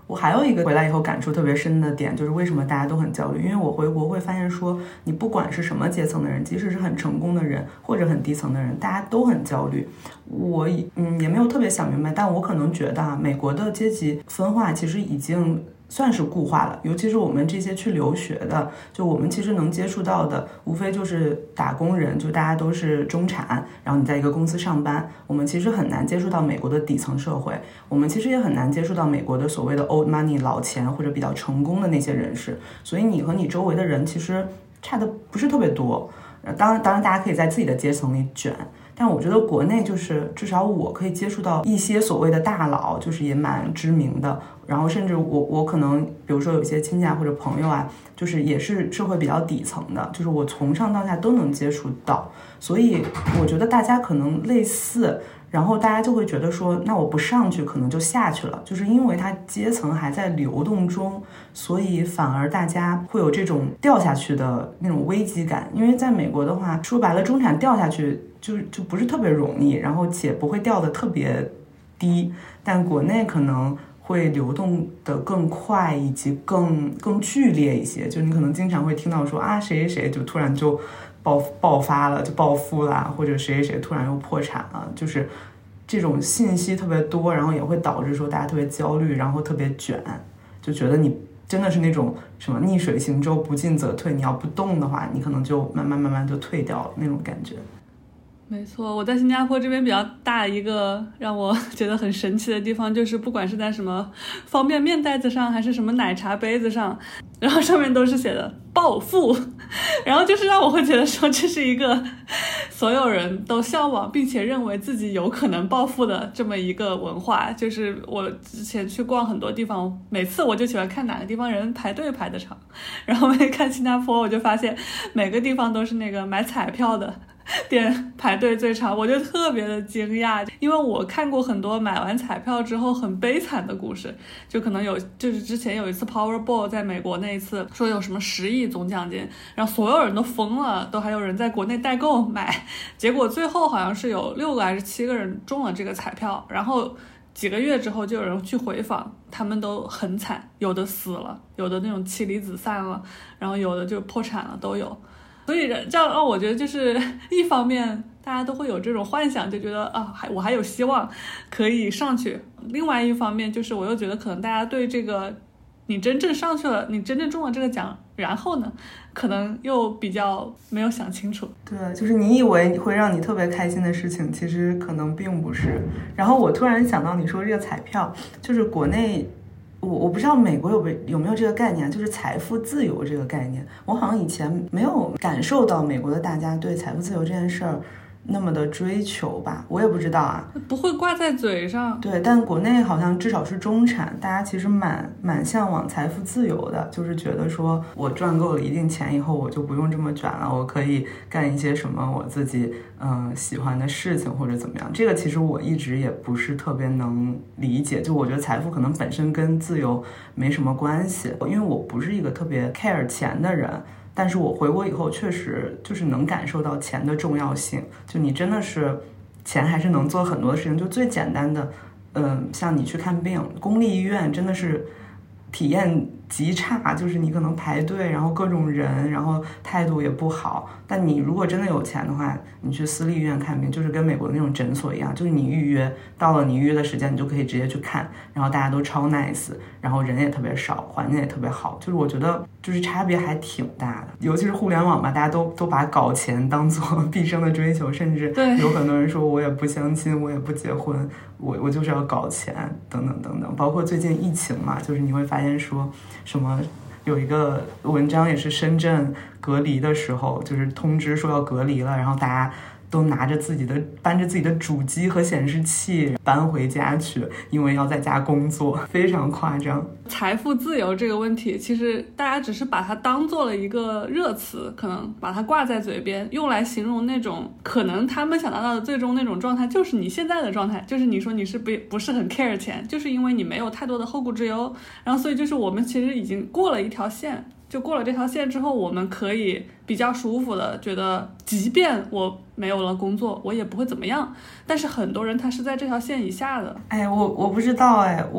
Speaker 2: 我还有一个回来以后感触特别深的点，就是为什么大家都很焦虑，因为我回国会发现说，你不管是什么阶层的人，即使是很成功的人或者很低层的人，大家都很焦虑。我也没有特别想明白，但我可能觉得美国的阶级分化其实已经算是固化了，尤其是我们这些去留学的，就我们其实能接触到的无非就是打工人，就大家都是中产，然后你在一个公司上班，我们其实很难接触到美国的底层社会，我们其实也很难接触到美国的所谓的 old money 老钱或者比较成功的那些人士，所以你和你周围的人其实差的不是特别多。当然大家可以在自己的阶层里卷，但我觉得国内就是至少我可以接触到一些所谓的大佬，就是也蛮知名的，然后甚至我可能比如说有些亲戚或者朋友啊，就是也是社会比较底层的，就是我从上到下都能接触到，所以我觉得大家可能类似，然后大家就会觉得说，那我不上去可能就下去了，就是因为它阶层还在流动中，所以反而大家会有这种掉下去的那种危机感。因为在美国的话，说白了，中产掉下去就不是特别容易，然后且不会掉得特别低，但国内可能会流动的更快以及更剧烈一些，就你可能经常会听到说啊谁谁谁就突然就爆发了，就暴富啦，或者谁谁谁突然又破产了，就是这种信息特别多，然后也会导致说大家特别焦虑，然后特别卷，就觉得你真的是那种什么逆水行舟，不进则退，你要不动的话，你可能就慢慢就退掉了那种感觉。
Speaker 1: 没错，我在新加坡这边比较大一个让我觉得很神奇的地方，就是不管是在什么方便面袋子上还是什么奶茶杯子上，然后上面都是写的暴富，然后就是让我会觉得说这是一个所有人都向往并且认为自己有可能暴富的这么一个文化。就是我之前去逛很多地方，每次我就喜欢看哪个地方人排队排的长，然后看新加坡我就发现每个地方都是那个买彩票的店排队最长，我就特别的惊讶，因为我看过很多买完彩票之后很悲惨的故事，就可能就是之前有一次 Powerball 在美国那一次说有什么10亿总奖金，然后所有人都疯了，都还有人在国内代购买，结果最后好像是有6个还是7个人中了这个彩票，然后几个月之后就有人去回访，他们都很惨，有的死了，有的那种妻离子散了，然后有的就破产了都有。所以这样我觉得就是一方面大家都会有这种幻想，就觉得我还有希望可以上去，另外一方面就是我又觉得可能大家对这个你真正上去了，你真正中了这个奖，然后呢可能又比较没有想清楚。
Speaker 2: 对，就是你以为会让你特别开心的事情，其实可能并不是。然后我突然想到你说这个彩票，就是国内我不知道美国有没有这个概念，就是财富自由这个概念，我好像以前没有感受到美国的大家对财富自由这件事儿那么的追求吧，我也不知道啊，
Speaker 1: 不会挂在嘴上。
Speaker 2: 对，但国内好像至少是中产，大家其实蛮向往财富自由的，就是觉得说我赚够了一定钱以后，我就不用这么卷了，我可以干一些什么我自己喜欢的事情或者怎么样。这个其实我一直也不是特别能理解，就我觉得财富可能本身跟自由没什么关系，因为我不是一个特别 care 钱的人。但是我回国以后确实就是能感受到钱的重要性，就你真的是钱还是能做很多的事情，就最简单的像你去看病，公立医院真的是体验极差，就是你可能排队，然后各种人，然后态度也不好。但你如果真的有钱的话，你去私立医院看病，就是跟美国的那种诊所一样，就是你预约到了你预约的时间，你就可以直接去看，然后大家都超 nice， 然后人也特别少，环境也特别好，就是我觉得就是差别还挺大的。尤其是互联网嘛，大家都把搞钱当做毕生的追求，甚至有很多人说我也不相亲，我也不结婚，我就是要搞钱等等等等。包括最近疫情嘛，就是你会发现说什么有一个文章也是深圳隔离的时候，就是通知说要隔离了，然后大家都搬着自己的主机和显示器搬回家去，因为要在家工作，非常夸张。
Speaker 1: 财富自由这个问题，其实大家只是把它当做了一个热词，可能把它挂在嘴边，用来形容那种可能他们想达到的最终那种状态，就是你现在的状态，就是你说你是不是很 care 钱，就是因为你没有太多的后顾之忧，然后所以就是我们其实已经过了一条线，就过了这条线之后，我们可以比较舒服的觉得，即便我没有了工作，我也不会怎么样。但是很多人他是在这条线以下的。
Speaker 2: 我不知道我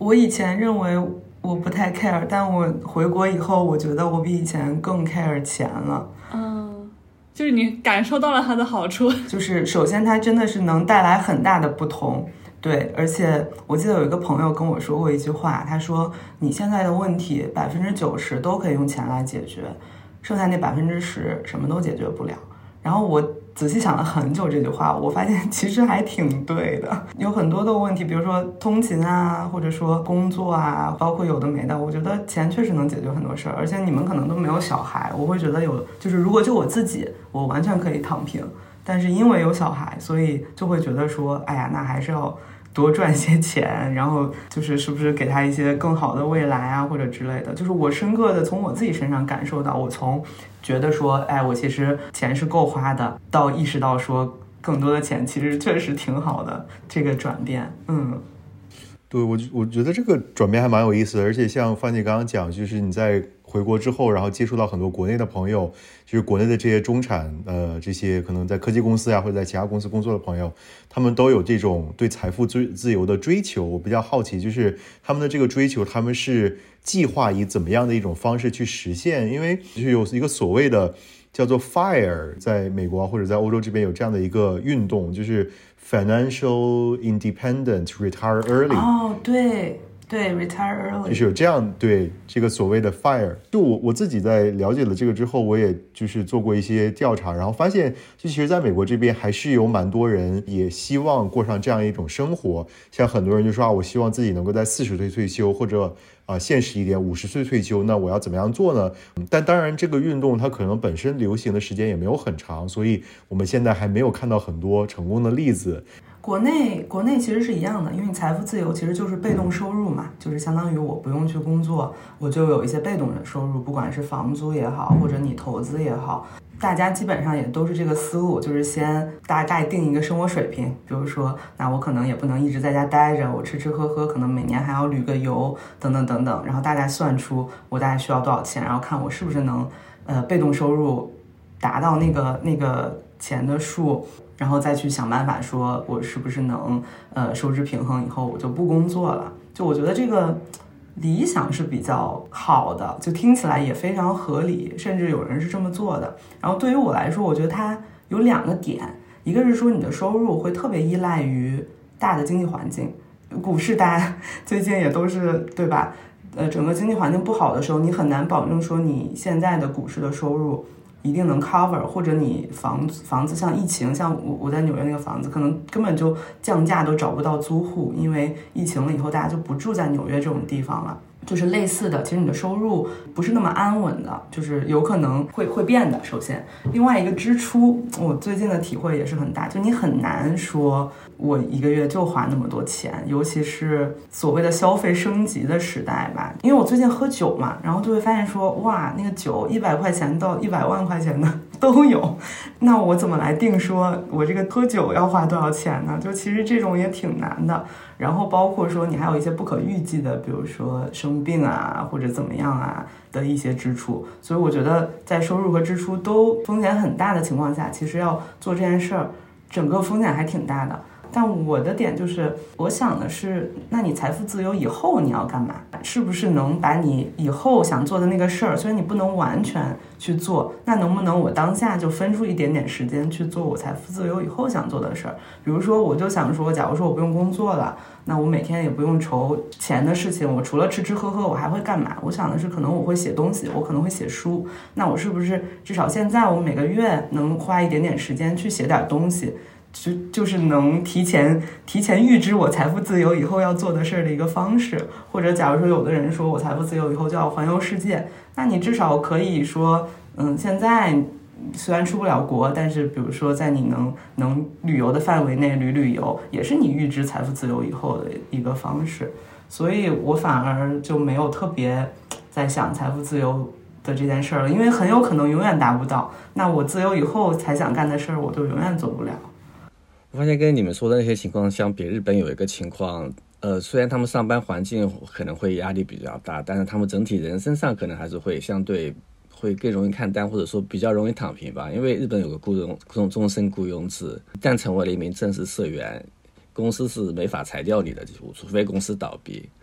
Speaker 2: 我以前认为我不太 care， 但我回国以后，我觉得我比以前更 care 钱了。
Speaker 1: 就是你感受到了它的好处，
Speaker 2: 就是首先它真的是能带来很大的不同。对，而且我记得有一个朋友跟我说过一句话，他说你现在的问题90%都可以用钱来解决，剩下那10%什么都解决不了。然后我仔细想了很久这句话，我发现其实还挺对的。有很多的问题，比如说通勤啊，或者说工作啊，包括有的没的，我觉得钱确实能解决很多事儿。而且你们可能都没有小孩，我会觉得就是如果就我自己，我完全可以躺平。但是因为有小孩，所以就会觉得说，哎呀，那还是要多赚些钱，然后是不是给他一些更好的未来啊，或者之类的。就是我深刻的从我自己身上感受到，我从觉得说，哎，我其实钱是够花的，到意识到说更多的钱其实确实挺好的，这个转变。
Speaker 3: 对，我觉得这个转变还蛮有意思的，而且像范姐刚刚讲，就是你在回国之后，然后接触到很多国内的朋友，就是国内的这些中产，这些可能在科技公司啊或者在其他公司工作的朋友，他们都有这种对财富自由的追求。我比较好奇，就是他们的这个追求，他们是计划以怎么样的一种方式去实现？因为就是有一个所谓的叫做 FIRE， 在美国或者在欧洲这边有这样的一个运动，就是 Financial Independent Retire Early。
Speaker 2: 对 retire early，
Speaker 3: 就是有这样对这个所谓的 FIRE。 就我自己在了解了这个之后，我也就是做过一些调查，然后发现就其实在美国这边还是有蛮多人也希望过上这样一种生活。像很多人就说我希望自己能够在40岁退休，或者现实一点50岁退休，那我要怎么样做呢？但当然这个运动它可能本身流行的时间也没有很长，所以我们现在还没有看到很多成功的例子。
Speaker 2: 国内其实是一样的，因为财富自由其实就是被动收入嘛，就是相当于我不用去工作，我就有一些被动的收入，不管是房租也好，或者你投资也好，大家基本上也都是这个思路，就是先大概定一个生活水平，比如说那我可能也不能一直在家待着，我吃吃喝喝可能每年还要旅个游等等等等，然后大概算出我大概需要多少钱，然后看我是不是能被动收入达到那个钱的数，然后再去想办法说我是不是能收支平衡以后我就不工作了。就我觉得这个理想是比较好的，就听起来也非常合理，甚至有人是这么做的。然后对于我来说，我觉得它有2个点，一个是说你的收入会特别依赖于大的经济环境，股市大家最近也都是对吧，整个经济环境不好的时候，你很难保证说你现在的股市的收入一定能 cover， 或者你房子像疫情，像我在纽约那个房子可能根本就降价都找不到租户，因为疫情了以后大家就不住在纽约这种地方了。就是类似的，其实你的收入不是那么安稳的，就是有可能会变的。首先，另外一个支出，我最近的体会也是很大，就你很难说我一个月就花那么多钱，尤其是所谓的消费升级的时代吧。因为我最近喝酒嘛，然后就会发现说，哇，那个酒100块钱到100万块钱的都有，那我怎么来定说我这个喝酒要花多少钱呢？就其实这种也挺难的。然后包括说你还有一些不可预计的，比如说生病啊或者怎么样啊的一些支出，所以我觉得在收入和支出都风险很大的情况下，其实要做这件事儿，整个风险还挺大的。但我的点就是，我想的是，那你财富自由以后你要干嘛？是不是能把你以后想做的那个事儿，虽然你不能完全去做，那能不能我当下就分出一点点时间去做我财富自由以后想做的事儿？比如说，我就想说，假如说我不用工作了，那我每天也不用愁钱的事情，我除了吃吃喝喝，我还会干嘛？我想的是，可能我会写东西，我可能会写书。那我是不是至少现在我每个月能花一点点时间去写点东西？就是能提前预知我财富自由以后要做的事儿的一个方式。或者假如说有的人说我财富自由以后就要环游世界，那你至少可以说现在虽然出不了国，但是比如说在你能旅游的范围内旅游，也是你预知财富自由以后的一个方式。所以我反而就没有特别在想财富自由的这件事了，因为很有可能永远达不到，那我自由以后才想干的事儿我就永远做不了。
Speaker 4: 我发现跟你们说的那些情况相比，日本有一个情况，虽然他们上班环境可能会压力比较大，但是他们整体人身上可能还是会相对会更容易看淡，或者说比较容易躺平吧。因为日本有个终身雇佣制，一旦成为了一名正式社员，公司是没法裁掉你的，除非公司倒闭。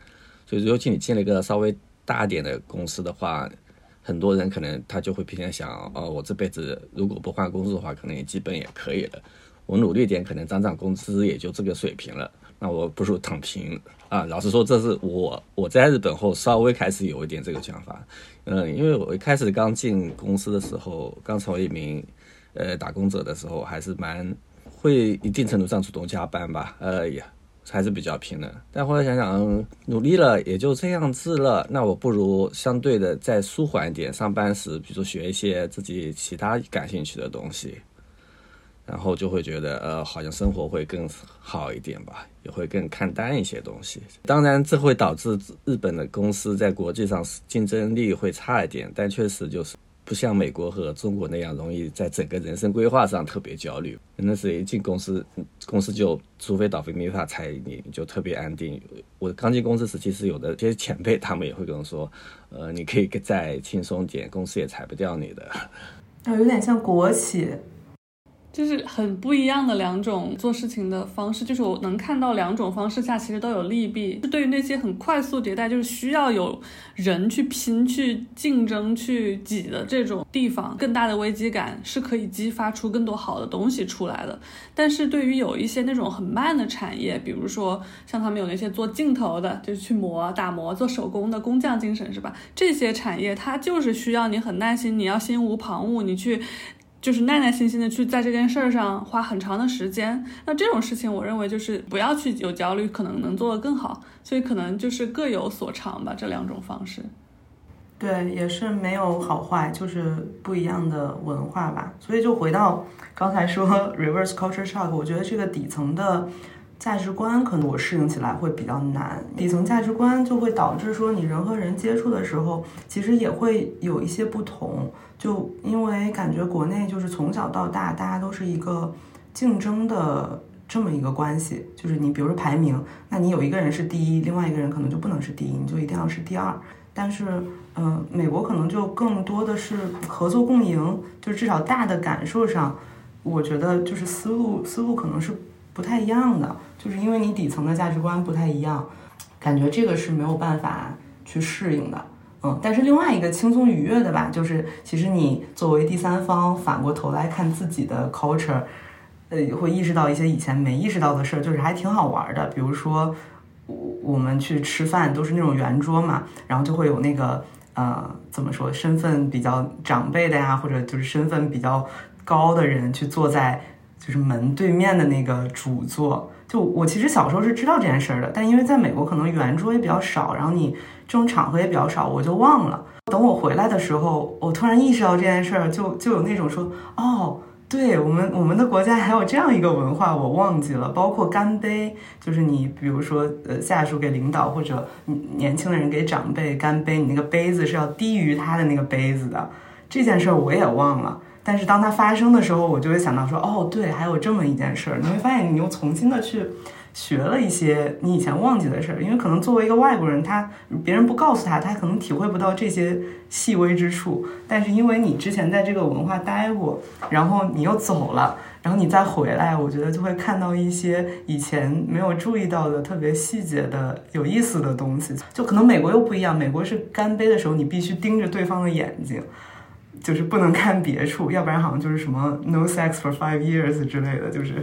Speaker 4: 所以尤其你进了一个稍微大一点的公司的话，很多人可能他就会偏向想，我这辈子如果不换工作的话，可能也基本也可以了。我努力一点，可能涨工资也就这个水平了。那我不如躺平啊！老实说，这是我在日本后稍微开始有一点这个想法。因为我一开始刚进公司的时候，刚成为一名打工者的时候，还是蛮会一定程度上主动加班吧。还是比较拼的。但后来想想，努力了也就这样子了，那我不如相对的再舒缓一点，上班时比如说学一些自己其他感兴趣的东西。然后就会觉得好像生活会更好一点吧，也会更看淡一些东西。当然这会导致日本的公司在国际上竞争力会差一点，但确实就是不像美国和中国那样容易在整个人生规划上特别焦虑。那是一进公司就除非倒闭没法裁你就特别安定。我刚进公司时，其实有的些前辈他们也会跟我说你可以再轻松点，公司也裁不掉你的。
Speaker 2: 有点像国企，
Speaker 1: 就是很不一样的两种做事情的方式，就是我能看到两种方式下其实都有利弊。对于那些很快速迭代，就是需要有人去拼、去竞争、去挤的这种地方，更大的危机感是可以激发出更多好的东西出来的。但是对于有一些那种很慢的产业，比如说像他们有那些做镜头的，就是去打磨做手工的工匠精神是吧，这些产业它就是需要你很耐心，你要心无旁骛，你去就是耐耐心心的去在这件事上花很长的时间。那这种事情我认为就是不要去有焦虑，可能能做得更好。所以可能就是各有所长吧，这两种方式。
Speaker 2: 对，也是没有好坏，就是不一样的文化吧。所以就回到刚才说 reverse culture shock， 我觉得这个底层的价值观可能我适应起来会比较难。底层价值观就会导致说你人和人接触的时候其实也会有一些不同，就因为感觉国内就是从小到大大家都是一个竞争的这么一个关系，就是你比如说排名，那你有一个人是第一，另外一个人可能就不能是第一，你就一定要是第二。但是美国可能就更多的是合作共赢，就至少大的感受上我觉得就是思路可能是不太一样的，就是因为你底层的价值观不太一样，感觉这个是没有办法去适应的。但是另外一个轻松愉悦的吧，就是其实你作为第三方反过头来看自己的 culture，会意识到一些以前没意识到的事儿，就是还挺好玩的。比如说我们去吃饭都是那种圆桌嘛，然后就会有那个怎么说，身份比较长辈的呀，或者就是身份比较高的人去坐在就是门对面的那个主座。就我其实小时候是知道这件事的，但因为在美国可能圆桌也比较少，然后你这种场合也比较少，我就忘了。等我回来的时候，我突然意识到这件事儿，就有那种说，对，我们的国家还有这样一个文化，我忘记了。包括干杯，就是你比如说下属给领导或者年轻的人给长辈干杯，你那个杯子是要低于他的那个杯子的，这件事儿我也忘了。但是当它发生的时候，我就会想到说，对，还有这么一件事儿。你会发现你又重新的去学了一些你以前忘记的事儿，因为可能作为一个外国人，别人不告诉他可能体会不到这些细微之处，但是因为你之前在这个文化待过，然后你又走了，然后你再回来，我觉得就会看到一些以前没有注意到的特别细节的有意思的东西。就可能美国又不一样，美国是干杯的时候你必须盯着对方的眼睛，就是不能看别处，要不然好像就是什么 no sex for 5 years 之类的，就是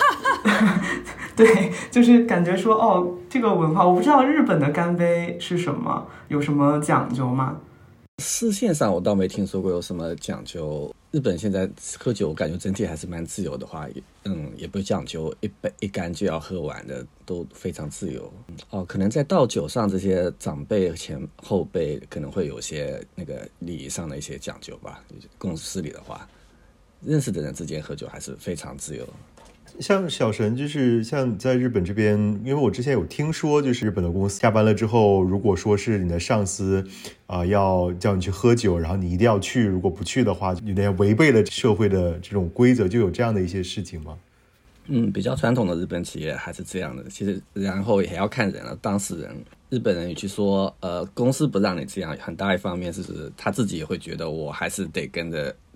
Speaker 2: 对，就是感觉说这个文化，我不知道日本的干杯是什么，有什么讲究吗？
Speaker 4: 视线上我倒没听说过有什么讲究。日本现在喝酒我感觉整体还是蛮自由的话，也不讲究一干就要喝完的，都非常自由。可能在倒酒上这些长辈前后辈可能会有些那个礼仪上的一些讲究吧。公司里的话，认识的人之间喝酒还是非常自由。
Speaker 3: 像小陈，就是像在日本这边，因为我之前有听说，就是日本的公司下班了之后，如果说是你的上司要叫你去喝酒，然后你一定要去，如果不去的话，有点违背了社会的这种规则，就有这样的一些事情吗？
Speaker 4: 比较传统的日本企业还是这样的。其实然后也要看人了，当事人。日本人与其说公司不让你这样，很大一方面是他自己也会觉得我还是得跟着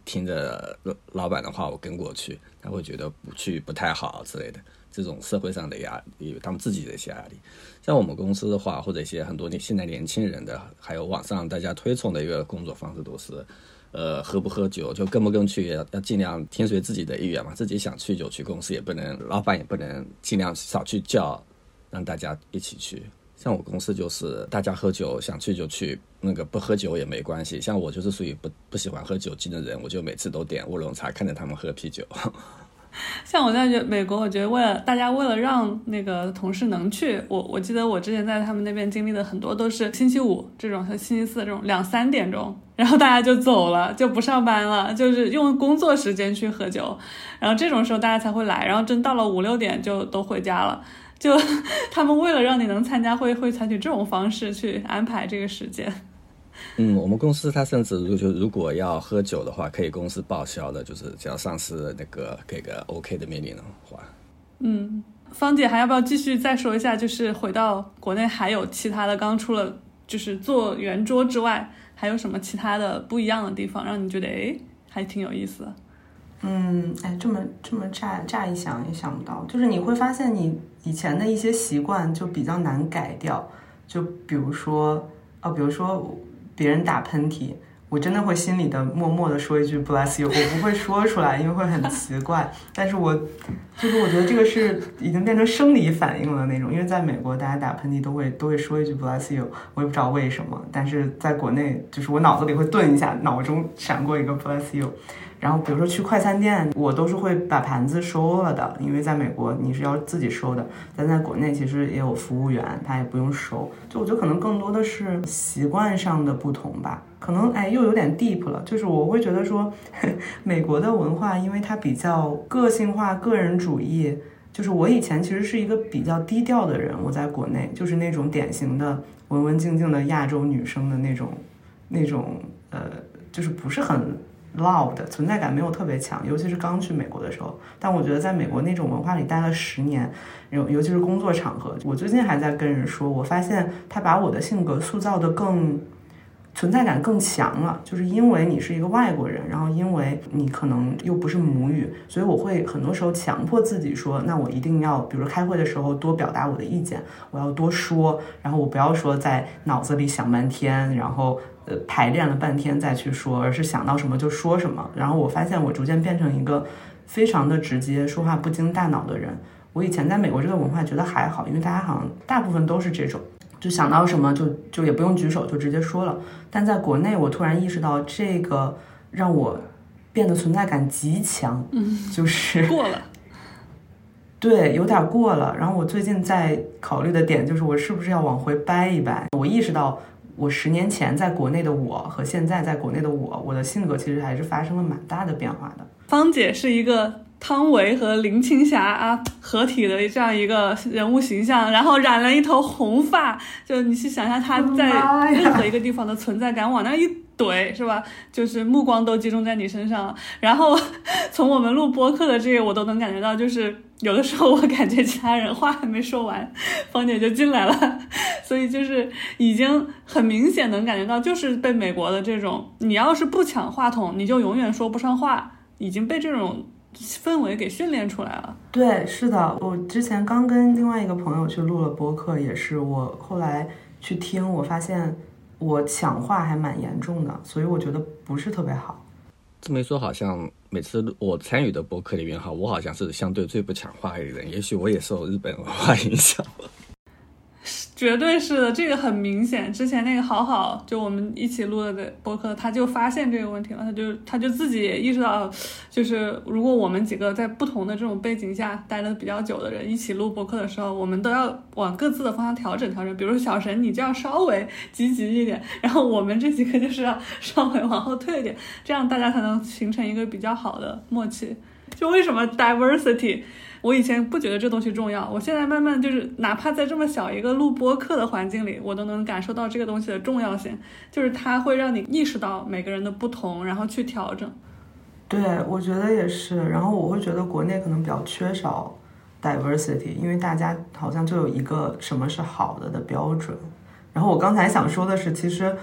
Speaker 4: 听着老板的话我跟过去，他会觉得不去不太好之类的，这种社会上的压力，他们自己的一些压力。像我们公司的话，或者一些很多现在年轻人的，还有网上大家推崇的一个工作方式都是喝不喝酒，就跟不跟去，要尽量听随自己的意愿嘛，自己想去就去，公司也不能，老板也不能，尽量少去叫，让大家一起去。像我公司就是大家喝酒想去就去，那个不喝酒也没关系。像我就是属于不喜欢喝酒精的人，我就每次都点乌龙茶，看着他们喝啤酒。
Speaker 1: 像我在美国，我觉得大家为了让那个同事能去，我记得我之前在他们那边经历的很多都是星期五这种和星期四这种2-3点钟，然后大家就走了，就不上班了，就是用工作时间去喝酒，然后这种时候大家才会来，然后真到了5-6点就都回家了。就他们为了让你能参加会采取这种方式去安排这个时间。
Speaker 4: 我们公司它甚至如果要喝酒的话，可以公司报销的，就是只要上司那个给个 OK 的命令的话。
Speaker 1: 芳姐还要不要继续再说一下，就是回到国内还有其他的，刚除了就是做圆桌之外，还有什么其他的不一样的地方，让你觉得还挺有意思的？
Speaker 2: 这么乍一想也想不到，就是你会发现你以前的一些习惯就比较难改掉，就比如说别人打喷嚏，我真的会心里的默默的说一句 bless you， 我不会说出来，因为会很奇怪。但是我觉得这个是已经变成生理反应了那种，因为在美国大家打喷嚏都会说一句 bless you， 我也不知道为什么，但是在国内就是我脑子里会顿一下，脑中闪过一个 bless you。然后比如说去快餐店，我都是会把盘子收了的，因为在美国你是要自己收的，但在国内其实也有服务员，他也不用收。就我觉得可能更多的是习惯上的不同吧，可能又有点 deep 了。就是我会觉得说美国的文化因为它比较个性化、个人主义，就是我以前其实是一个比较低调的人，我在国内就是那种典型的文文静静的亚洲女生的那种就是不是很loud， 存在感没有特别强，尤其是刚去美国的时候。但我觉得在美国那种文化里待了10年，尤其是工作场合，我最近还在跟人说，我发现他把我的性格塑造的更存在感更强了，就是因为你是一个外国人，然后因为你可能又不是母语，所以我会很多时候强迫自己说，那我一定要比如开会的时候多表达我的意见，我要多说，然后我不要说在脑子里想半天，然后排练了半天再去说，而是想到什么就说什么。然后我发现我逐渐变成一个非常的直接，说话不经大脑的人。我以前在美国这个文化觉得还好，因为大家好像大部分都是这种，就想到什么就也不用举手就直接说了。但在国内我突然意识到这个让我变得存在感极强，就是
Speaker 1: 过了，
Speaker 2: 对，有点过了。然后我最近在考虑的点就是我是不是要往回掰一掰。我意识到我10年前在国内的我和现在在国内的我的性格其实还是发生了蛮大的变化的。
Speaker 1: 芳姐是一个汤唯和林青霞合体的这样一个人物形象，然后染了一头红发，就你去想象她在任何一个地方的存在感往那一怼，是吧？就是目光都集中在你身上。然后从我们录播客的这个我都能感觉到，就是有的时候我感觉其他人话还没说完，芳姐就进来了，所以就是已经很明显能感觉到，就是被美国的这种，你要是不抢话筒，你就永远说不上话，已经被这种氛围给训练出来了。
Speaker 2: 对，是的，我之前刚跟另外一个朋友去录了播客，也是我后来去听，我发现我抢话还蛮严重的，所以我觉得不是特别好。
Speaker 4: 这么一说，好像每次我参与的播客里面我好像是相对最不抢话的人，也许我也受日本文化影响了。
Speaker 1: 绝对是的，这个很明显。之前那个好好，就我们一起录的播客，他就发现这个问题了，他就自己也意识到，就是如果我们几个在不同的这种背景下待了比较久的人一起录播客的时候，我们都要往各自的方向调整。比如说小神，你就要稍微积极一点，然后我们这几个就是要稍微往后退一点，这样大家才能形成一个比较好的默契。就为什么 diversity？我以前不觉得这东西重要，我现在慢慢就是哪怕在这么小一个录播课的环境里，我都能感受到这个东西的重要性，就是它会让你意识到每个人的不同，然后去调整。
Speaker 2: 对，我觉得也是。然后我会觉得国内可能比较缺少 diversity， 因为大家好像就有一个什么是好的标准。然后我刚才想说的是，其实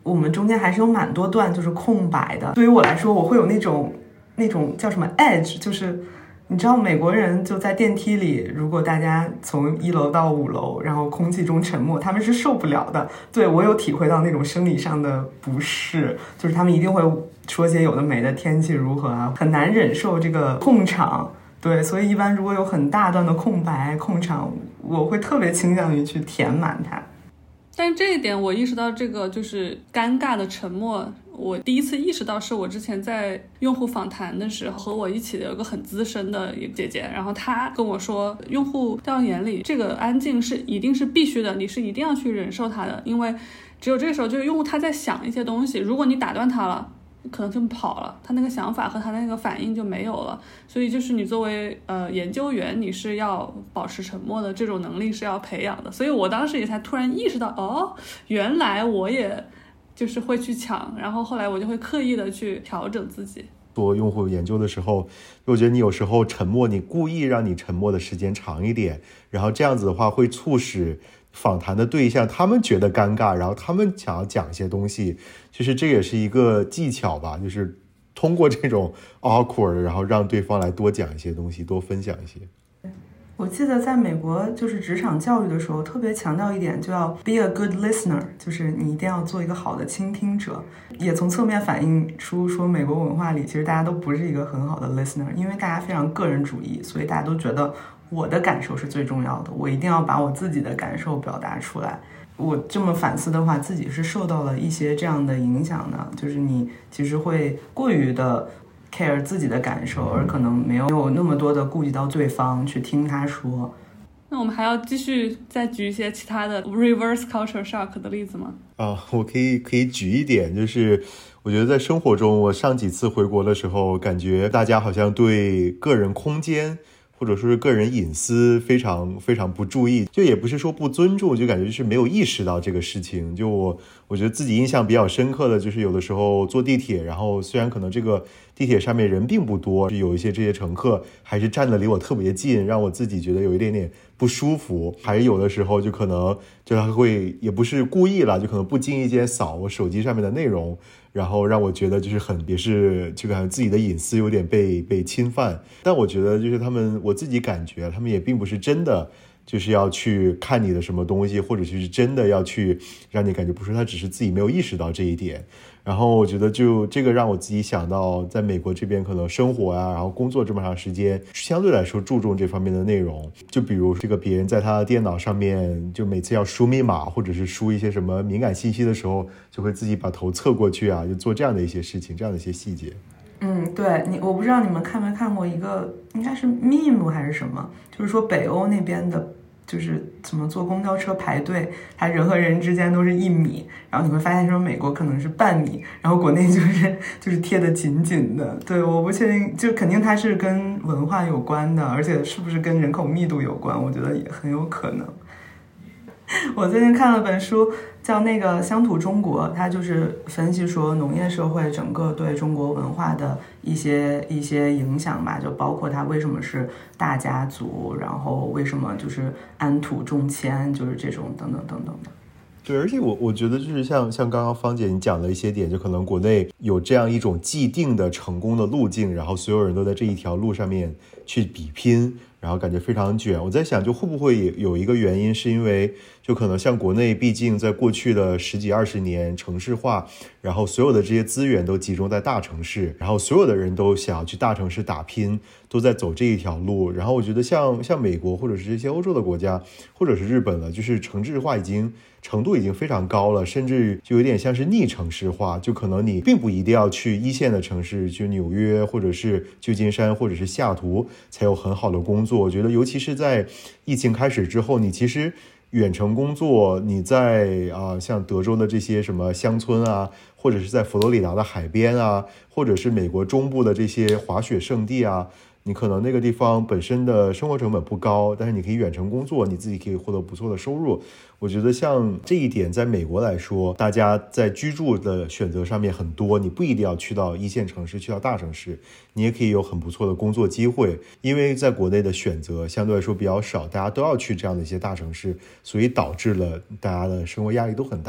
Speaker 2: 我们中间还是有蛮多段就是空白的。对于我来说，我会有那种叫什么 edge， 就是你知道美国人就在电梯里，如果大家从1楼到5楼，然后空气中沉默，他们是受不了的。对，我有体会到那种生理上的不适，就是他们一定会说些有的没的，天气如何啊，很难忍受这个空场。对，所以一般如果有很大段的空白空场，我会特别倾向于去填满它。
Speaker 1: 但是这一点我意识到这个就是尴尬的沉默，我第一次意识到是我之前在用户访谈的时候，和我一起的有个很资深的一个姐姐，然后她跟我说，用户调研里这个安静是一定是必须的，你是一定要去忍受它的，因为只有这个时候就是用户他在想一些东西，如果你打断他了，可能就跑了，他那个想法和他那个反应就没有了。所以就是你作为研究员，你是要保持沉默的，这种能力是要培养的。所以我当时也才突然意识到，哦，原来我也就是会去抢，然后后来我就会刻意的去调整自己。
Speaker 3: 做用户研究的时候，我觉得你有时候沉默，你故意让你沉默的时间长一点，然后这样子的话会促使访谈的对象他们觉得尴尬，然后他们想要讲一些东西，就是这也是一个技巧吧，就是通过这种 awkward， 然后让对方来多讲一些东西，多分享一些。
Speaker 2: 我记得在美国就是职场教育的时候特别强调一点，就要 be a good listener， 就是你一定要做一个好的倾听者。也从侧面反映出说美国文化里其实大家都不是一个很好的 listener， 因为大家非常个人主义，所以大家都觉得我的感受是最重要的，我一定要把我自己的感受表达出来。我这么反思的话，自己是受到了一些这样的影响的，就是你其实会过于的care 自己的感受，而可能没有那么多的顾及到对方去听他说。
Speaker 1: 那我们还要继续再举一些其他的 reverse culture shock 的例子吗？
Speaker 3: 我可以举一点，就是我觉得在生活中，我上几次回国的时候，感觉大家好像对个人空间或者说是个人隐私非常非常不注意，就也不是说不尊重，就感觉就是没有意识到这个事情。就我觉得自己印象比较深刻的就是有的时候坐地铁，然后虽然可能这个地铁上面人并不多，有一些这些乘客还是站得离我特别近，让我自己觉得有一点点不舒服。还有的时候就可能就他会也不是故意了，就可能不经意间扫我手机上面的内容，然后让我觉得就是也是就感觉自己的隐私有点被侵犯。但我觉得就是我自己感觉他们也并不是真的就是要去看你的什么东西，或者是真的要去让你感觉不舒服，他只是自己没有意识到这一点。然后我觉得就这个让我自己想到在美国这边可能生活啊，然后工作这么长时间，相对来说注重这方面的内容。就比如这个别人在他的电脑上面就每次要输密码或者是输一些什么敏感信息的时候，就会自己把头侧过去啊，就做这样的一些事情，这样的一些细节。
Speaker 2: 对，我不知道你们看没看过一个应该是 meme 还是什么，就是说北欧那边的就是怎么坐公交车排队，它人和人之间都是1米，然后你会发现说美国可能是半米，然后国内就是贴得紧紧的。对，我不确定，就肯定它是跟文化有关的，而且是不是跟人口密度有关，我觉得也很有可能。我最近看了本书叫那个乡土中国，它就是分析说农业社会整个对中国文化的一些影响吧，就包括它为什么是大家族，然后为什么就是安土重迁，就是这种等等等等的。
Speaker 3: 对，而且我觉得就是像刚刚芳姐你讲的一些点，就可能国内有这样一种既定的成功的路径，然后所有人都在这一条路上面去比拼，然后感觉非常卷。我在想就会不会有一个原因是因为就可能像国内毕竟在过去的10几20年城市化，然后所有的这些资源都集中在大城市，然后所有的人都想要去大城市打拼，都在走这一条路。然后我觉得像美国或者是这些欧洲的国家或者是日本了，就是城市化程度已经非常高了，甚至就有点像是逆城市化，就可能你并不一定要去一线的城市，去纽约或者是旧金山或者是西雅图才有很好的工作。我觉得尤其是在疫情开始之后，你其实远程工作，你在像德州的这些什么乡村啊，或者是在佛罗里达的海边啊，或者是美国中部的这些滑雪胜地啊，你可能那个地方本身的生活成本不高，但是你可以远程工作，你自己可以获得不错的收入。我觉得像这一点在美国来说，大家在居住的选择上面很多，你不一定要去到一线城市，去到大城市，你也可以有很不错的工作机会。因为在国内的选择相对来说比较少，大家都要去这样的一些大城市，所以导致了大家的生活压力都很大。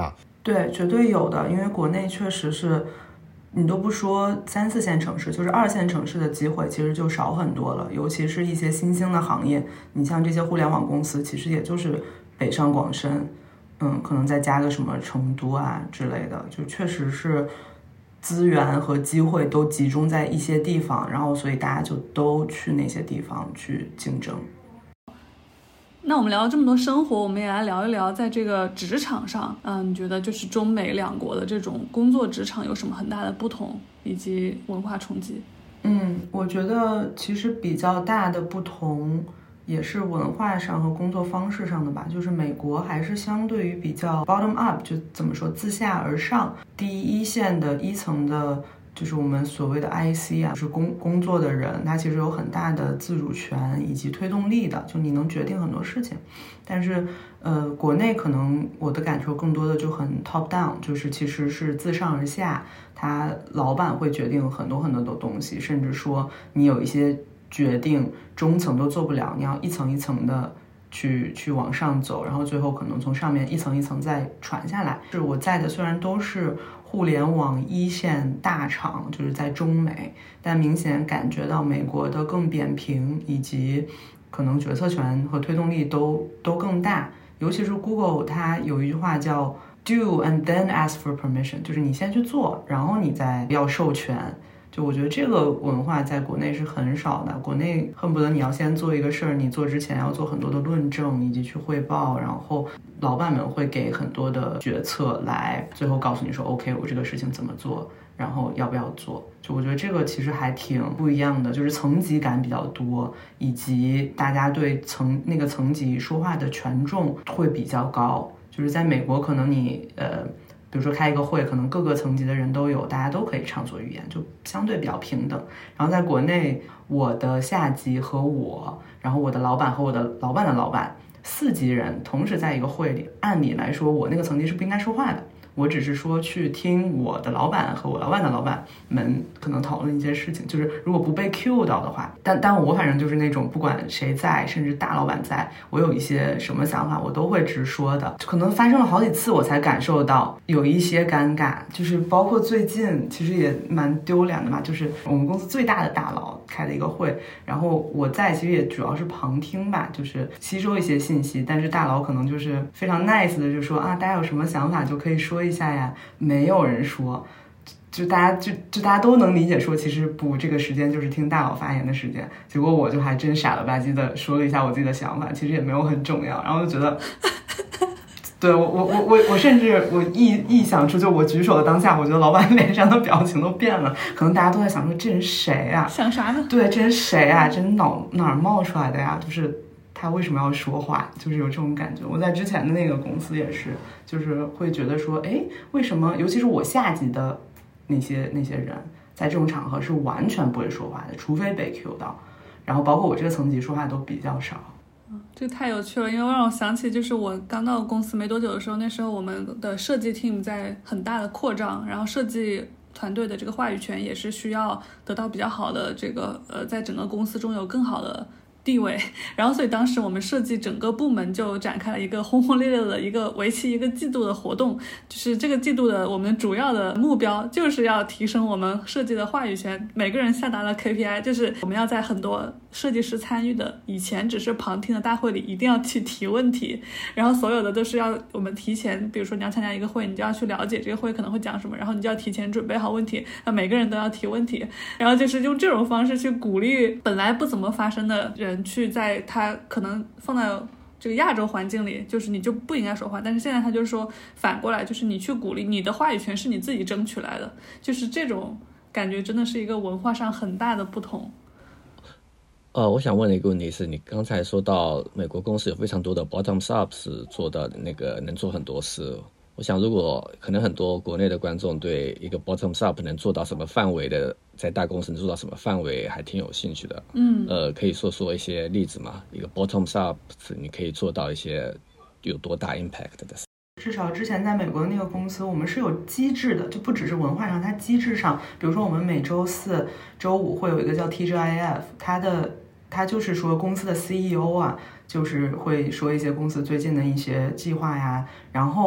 Speaker 2: 对，绝对有的，因为国内确实是，你都不说3、4线城市，就是2线城市的机会其实就少很多了，尤其是一些新兴的行业，你像这些互联网公司，其实也就是北上广深，可能再加个什么成都啊之类的，就确实是资源和机会都集中在一些地方，然后所以大家就都去那些地方去竞争。
Speaker 1: 那我们聊了这么多生活，我们也来聊一聊在这个职场上，你觉得就是中美两国的这种工作职场有什么很大的不同，以及文化冲击？
Speaker 2: 我觉得其实比较大的不同也是文化上和工作方式上的吧，就是美国还是相对于比较 bottom up， 就怎么说自下而上，第一线的一层的就是我们所谓的 IC 啊，就是工作的人，他其实有很大的自主权以及推动力的，就你能决定很多事情。但是国内可能我的感受更多的就很 top down， 就是其实是自上而下，他老板会决定很多很多的东西，甚至说你有一些决定中层都做不了，你要一层一层的去往上走，然后最后可能从上面一层一层再传下来。是我在的虽然都是互联网一线大厂，就是在中美，但明显感觉到美国的更扁平，以及可能决策权和推动力都更大。尤其是 Google 它有一句话叫 Do and then ask for permission， 就是你先去做，然后你再要授权。就我觉得这个文化在国内是很少的，国内恨不得你要先做一个事儿，你做之前要做很多的论证以及去汇报，然后老板们会给很多的决策来最后告诉你说 OK 我这个事情怎么做，然后要不要做。就我觉得这个其实还挺不一样的，就是层级感比较多，以及大家对那个层级说话的权重会比较高。就是在美国可能你比如说开一个会，可能各个层级的人都有，大家都可以畅所欲言，就相对比较平等。然后在国内，我的下级和我，然后我的老板和我的老板的老板，4级人同时在一个会里，按理来说我那个层级是不应该说话的，我只是说去听我的老板和我老板的老板们可能讨论一些事情，就是如果不被 cue 到的话，但我反正就是那种不管谁在，甚至大老板在，我有一些什么想法我都会直说的。可能发生了好几次我才感受到有一些尴尬，就是包括最近其实也蛮丢脸的嘛，就是我们公司最大的大佬开了一个会，然后我在其实也主要是旁听吧，就是吸收一些信息，但是大佬可能就是非常 nice 的就说啊，大家有什么想法就可以说一下呀，没有人说，就大家都能理解说其实不，这个时间就是听大佬发言的时间，结果我就还真傻了吧唧的说了一下我自己的想法，其实也没有很重要，然后就觉得对我甚至我一想出就我举手的当下，我觉得老板脸上的表情都变了，可能大家都在想说这人谁啊，
Speaker 1: 想啥呢？对，
Speaker 2: 这人谁啊，这人哪儿冒出来的呀，就是他为什么要说话，就是有这种感觉。我在之前的那个公司也是，就是会觉得说为什么尤其是我下级的那些人在这种场合是完全不会说话的，除非被 Q 到，然后包括我这个层级说话都比较少。
Speaker 1: 这太有趣了，因为让我想起就是我刚到公司没多久的时候，那时候我们的设计 team 在很大的扩张，然后设计团队的这个话语权也是需要得到比较好的这个在整个公司中有更好的地位，然后所以当时我们设计整个部门就展开了一个轰轰烈烈的一个为期1个季度的活动，就是这个季度的我们主要的目标就是要提升我们设计的话语权，每个人下达了 KPI， 就是我们要在很多设计师参与的以前只是旁听的大会里一定要去提问题，然后所有的都是要我们提前，比如说你要参加一个会，你就要去了解这个会可能会讲什么，然后你就要提前准备好问题，那每个人都要提问题，然后就是用这种方式去鼓励本来不怎么发生的人去在他可能放在这个亚洲环境里，就是你就不应该说话，但是现在他就说反过来，就是你去鼓励，你的话语权是你自己争取来的，就是这种感觉真的是一个文化上很大的不同。
Speaker 4: 我想问的一个问题是，你刚才说到美国公司有非常多的 bottom up 是做到的那个能做很多事，我想如果可能很多国内的观众对一个 bottom up 能做到什么范围的，在大公司能做到什么范围还挺有兴趣的。可以说一些例子吗？一个 bottom up 你可以做到一些有多大 impact 的事。
Speaker 2: 至少之前在美国的那个公司，我们是有机制的，就不只是文化上，它机制上，比如说我们每周4、周5会有一个叫 TGIF， 它就是说公司的 CEO 啊，就是会说一些公司最近的一些计划呀，然后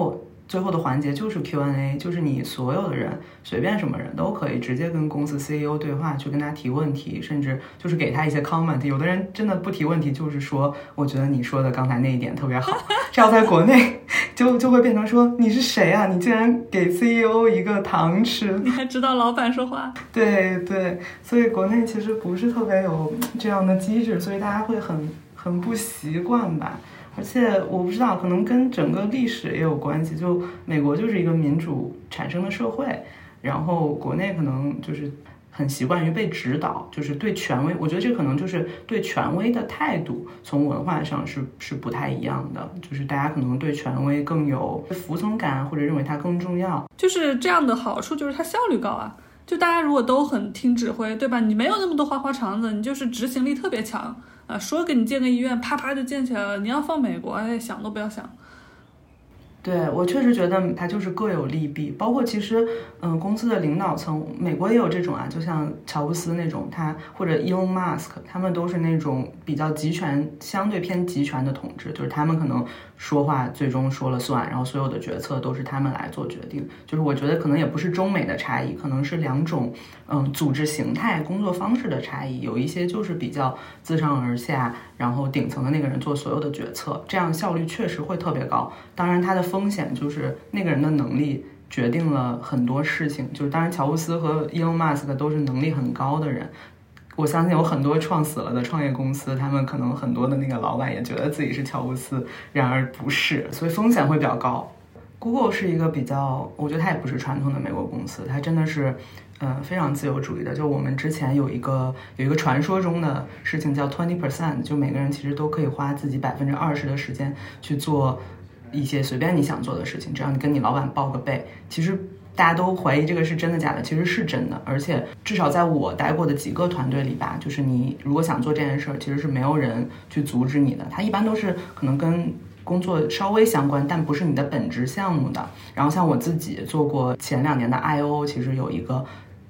Speaker 2: 最后的环节就是 Q&A， 就是你所有的人随便什么人都可以直接跟公司 CEO 对话，去跟他提问题，甚至就是给他一些 comment。 有的人真的不提问题，就是说我觉得你说的刚才那一点特别好。这样在国内就会变成说你是谁啊，你竟然给 CEO 一个糖吃，
Speaker 1: 你还知道老板说话。
Speaker 2: 对对，所以国内其实不是特别有这样的机制，所以大家会很不习惯吧。而且我不知道，可能跟整个历史也有关系，就美国就是一个民主产生的社会，然后国内可能就是很习惯于被指导，就是对权威，我觉得这可能就是对权威的态度从文化上是不太一样的，就是大家可能对权威更有服从感，或者认为它更重要。
Speaker 1: 就是这样的好处就是它效率高啊，就大家如果都很听指挥，对吧？你没有那么多花花肠子，你就是执行力特别强啊，说给你建个医院，啪啪就建起来了。你要放美国，哎，想都不要想。
Speaker 2: 对，我确实觉得它就是各有利弊，包括其实公司的领导层，美国也有这种啊，就像乔布斯那种，他或者 Elon Musk， 他们都是那种比较集权，相对偏集权的统治，就是他们可能说话最终说了算，然后所有的决策都是他们来做决定。就是我觉得可能也不是中美的差异，可能是两种组织形态、工作方式的差异，有一些就是比较自上而下，然后顶层的那个人做所有的决策，这样效率确实会特别高。当然它的风险就是那个人的能力决定了很多事情，就是当然乔布斯和伊隆马斯克都是能力很高的人，我相信有很多创死了的创业公司，他们可能很多的那个老板也觉得自己是乔布斯，然而不是，所以风险会比较高。Google 是一个比较，我觉得它也不是传统的美国公司，它真的是非常自由主义的。就我们之前有一个传说中的事情叫 20%， 就每个人其实都可以花自己20%的时间去做一些随便你想做的事情，只要你跟你老板报个备。其实大家都怀疑这个是真的假的，其实是真的，而且至少在我待过的几个团队里吧，就是你如果想做这件事儿，其实是没有人去阻止你的。它一般都是可能跟工作稍微相关，但不是你的本职项目的。然后像我自己做过前2年的 IO， 其实有一个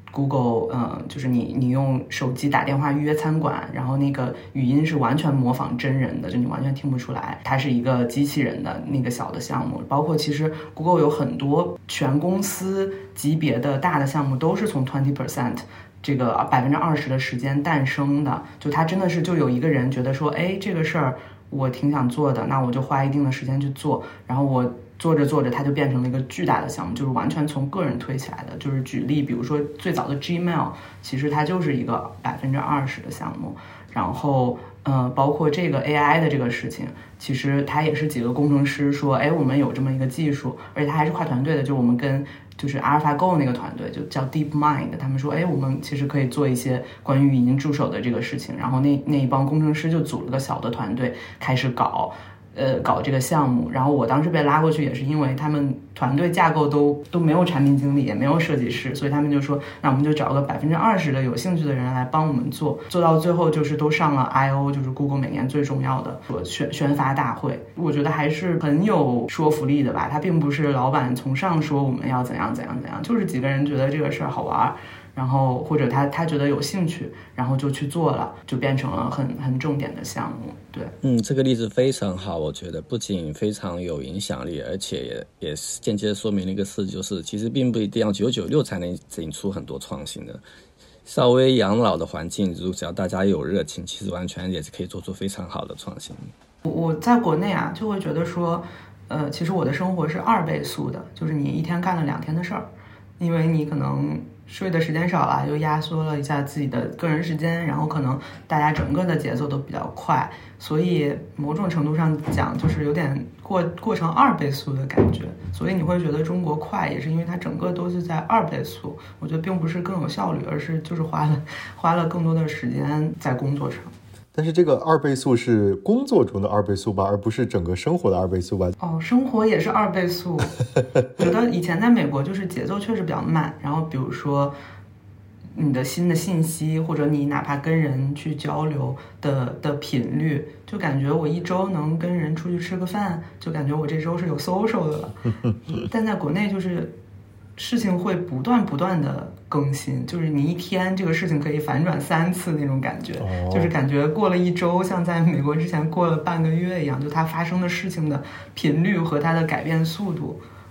Speaker 2: Google， 就是你用手机打电话预约餐馆，然后那个语音是完全模仿真人的，就你完全听不出来，它是一个机器人的那个小的项目。包括其实 Google 有很多全公司级别的大的项目都是从 20%这个20%的时间诞生的，就它真的是就有一个人觉得说，哎，这个事儿我挺想做的，那我就花一定的时间去做，然后我做着做着它就变成了一个巨大的项目，就是完全从个人推起来的。就是举例，比如说最早的 Gmail， 其实它就是一个20%的项目，然后包括这个 AI 的这个事情，其实它也是几个工程师说，哎，我们有这么一个技术，而且它还是跨团队的，就我们跟就是 AlphaGo 那个团队就叫 DeepMind， 他们说，哎，我们其实可以做一些关于语音助手的这个事情，然后那一帮工程师就组了个小的团队开始搞这个项目。然后我当时被拉过去也是因为他们团队架构都没有产品经理，也没有设计师，所以他们就说，那我们就找个20%的有兴趣的人来帮我们做到最后就是都上了 IO， 就是 Google 每年最重要的宣发大会。我觉得还是很有说服力的吧，它并不是老板从上说我们要怎样怎样怎样，就是几个人觉得这个事儿好玩，然后或者他觉得有兴趣，然后就去做了，就变成了很重点的项目。对，
Speaker 4: 这个例子非常好，我觉得不仅非常有影响力，而且也间接说明了一个事，就是其实并不一定要996才能引出很多创新的，稍微养老的环境，只要大家有热情，其实完全也是可以做出非常好的创新。
Speaker 2: 我在国内啊，就会觉得说，其实我的生活是2倍速的，就是你一天干了2天的事儿，因为你可能睡的时间少了，又压缩了一下自己的个人时间，然后可能大家整个的节奏都比较快，所以某种程度上讲就是有点过成2倍速的感觉。所以你会觉得中国快，也是因为它整个都是在2倍速。我觉得并不是更有效率，而是就是花了更多的时间在工作上。
Speaker 3: 但是这个2倍速是工作中的2倍速吧，而不是整个生活的2倍速吧？
Speaker 2: 哦，生活也是2倍速。觉得以前在美国就是节奏确实比较慢，然后比如说你的新的信息，或者你哪怕跟人去交流的频率，就感觉我一周能跟人出去吃个饭，就感觉我这周是有 social 的了。但在国内就是事情会不断的更新，就是你一天这个事情可以反转3次那种感觉，就是感觉过了1周像在美国之前过了半个月一样，就它发生的事情的频率和它的改变速度。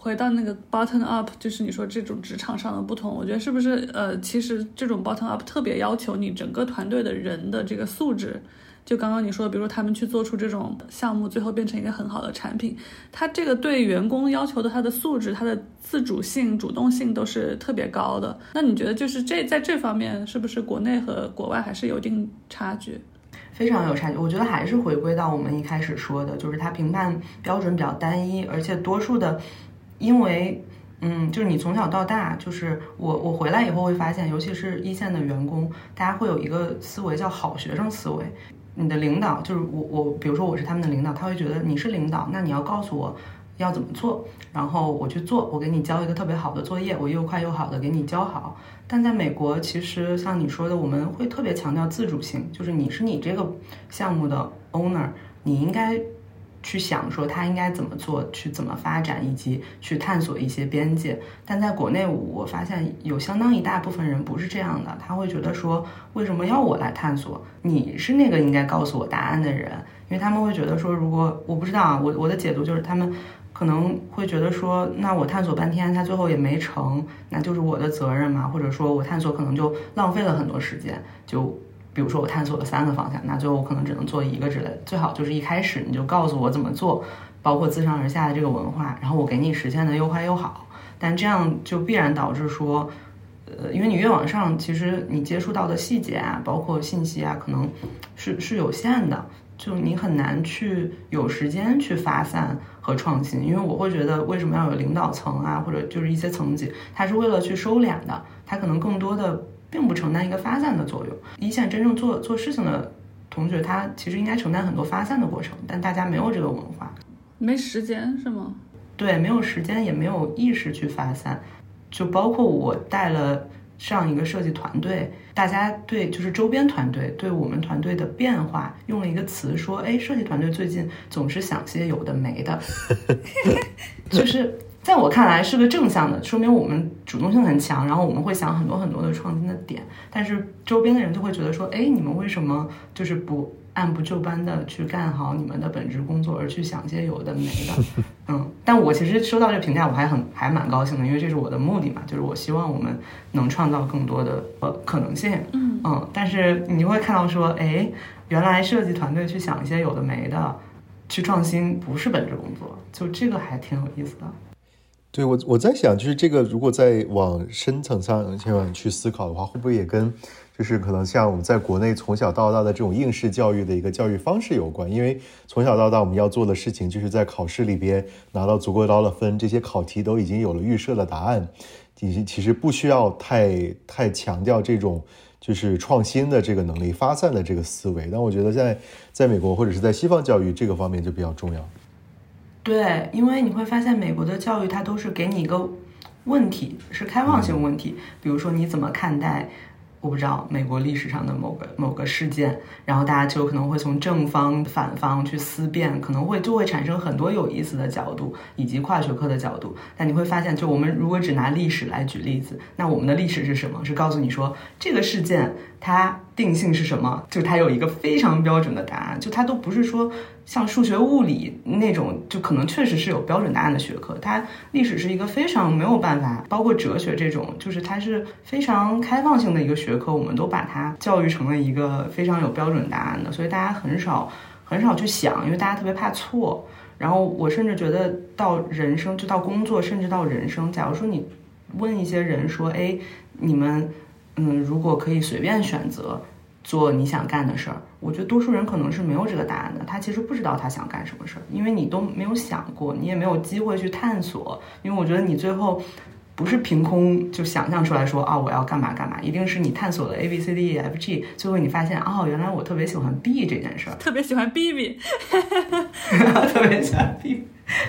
Speaker 1: 回到那个 bottom up， 就是你说这种职场上的不同，我觉得是不是其实这种 bottom up 特别要求你整个团队的人的这个素质。就刚刚你说，比如说他们去做出这种项目，最后变成一个很好的产品，他这个对员工要求的他的素质、他的自主性、主动性都是特别高的。那你觉得就是在这方面，是不是国内和国外还是有一定差距？
Speaker 2: 非常有差距，我觉得还是回归到我们一开始说的，就是它评判标准比较单一，而且多数的，因为就是你从小到大，就是我回来以后会发现，尤其是一线的员工，大家会有一个思维叫好学生思维。你的领导就是我，比如说我是他们的领导，他会觉得你是领导，那你要告诉我要怎么做，然后我去做，我给你交一个特别好的作业，我又快又好的给你交好。但在美国，其实像你说的，我们会特别强调自主性，就是你是你这个项目的 owner， 你应该去想说他应该怎么做，去怎么发展，以及去探索一些边界。但在国内我发现有相当一大部分人不是这样的，他会觉得说为什么要我来探索，你是那个应该告诉我答案的人。因为他们会觉得说，如果我不知道啊，我的解读就是他们可能会觉得说，那我探索半天他最后也没成，那就是我的责任嘛，或者说我探索可能就浪费了很多时间，就比如说我探索了3个方向，那最后我可能只能做1个之类的。最好就是一开始你就告诉我怎么做，包括自上而下的这个文化，然后我给你实现的又快又好。但这样就必然导致说因为你越往上，其实你接触到的细节啊，包括信息啊，可能是有限的，就你很难去有时间去发散和创新。因为我会觉得为什么要有领导层啊，或者就是一些层级，它是为了去收敛的，它可能更多的并不承担一个发散的作用。一线真正做事情的同学，他其实应该承担很多发散的过程，但大家没有这个文化，
Speaker 1: 没时间是吗？
Speaker 2: 对，没有时间，也没有意识去发散。就包括我带了上一个设计团队，大家对就是周边团队对我们团队的变化用了一个词说，哎，设计团队最近总是想些有的没的就是在我看来是个正向的，说明我们主动性很强，然后我们会想很多很多的创新的点。但是周边的人就会觉得说，哎，你们为什么就是不按部就班的去干好你们的本职工作，而去想些有的没的但我其实收到这评价我还蛮高兴的，因为这是我的目的嘛，就是我希望我们能创造更多的可能性。但是你会看到说，哎，原来设计团队去想一些有的没的，去创新不是本职工作，就这个还挺有意思的。
Speaker 3: 对，我在想，就是这个如果再往深层上去思考的话，会不会也跟就是可能像我们在国内从小到大的这种应试教育的一个教育方式有关？因为从小到大我们要做的事情就是在考试里边拿到足够高的分，这些考题都已经有了预设的答案，其实不需要太强调这种就是创新的这个能力、发散的这个思维。但我觉得在美国或者是在西方教育这个方面就比较重要。
Speaker 2: 对，因为你会发现美国的教育它都是给你一个问题，是开放性问题，比如说你怎么看待我不知道美国历史上的某个事件，然后大家就可能会从正方反方去思辨，可能就会产生很多有意思的角度以及跨学科的角度。但你会发现，就我们如果只拿历史来举例子，那我们的历史是什么？是告诉你说这个事件它定性是什么，就它有一个非常标准的答案，就它都不是说像数学物理那种就可能确实是有标准答案的学科，它历史是一个非常没有办法，包括哲学这种就是它是非常开放性的一个学科，我们都把它教育成了一个非常有标准答案的，所以大家很少去想，因为大家特别怕错。然后我甚至觉得到人生就到工作甚至到人生，假如说你问一些人说，哎，你们如果可以随便选择做你想干的事儿，我觉得多数人可能是没有这个答案的，他其实不知道他想干什么事儿，因为你都没有想过，你也没有机会去探索。因为我觉得你最后不是凭空就想象出来说我要干嘛干嘛，一定是你探索了 ABCDEFG， 最后你发现原来我特别喜欢 B 这件事儿，
Speaker 1: 特别喜欢 BB
Speaker 2: 特别喜欢 B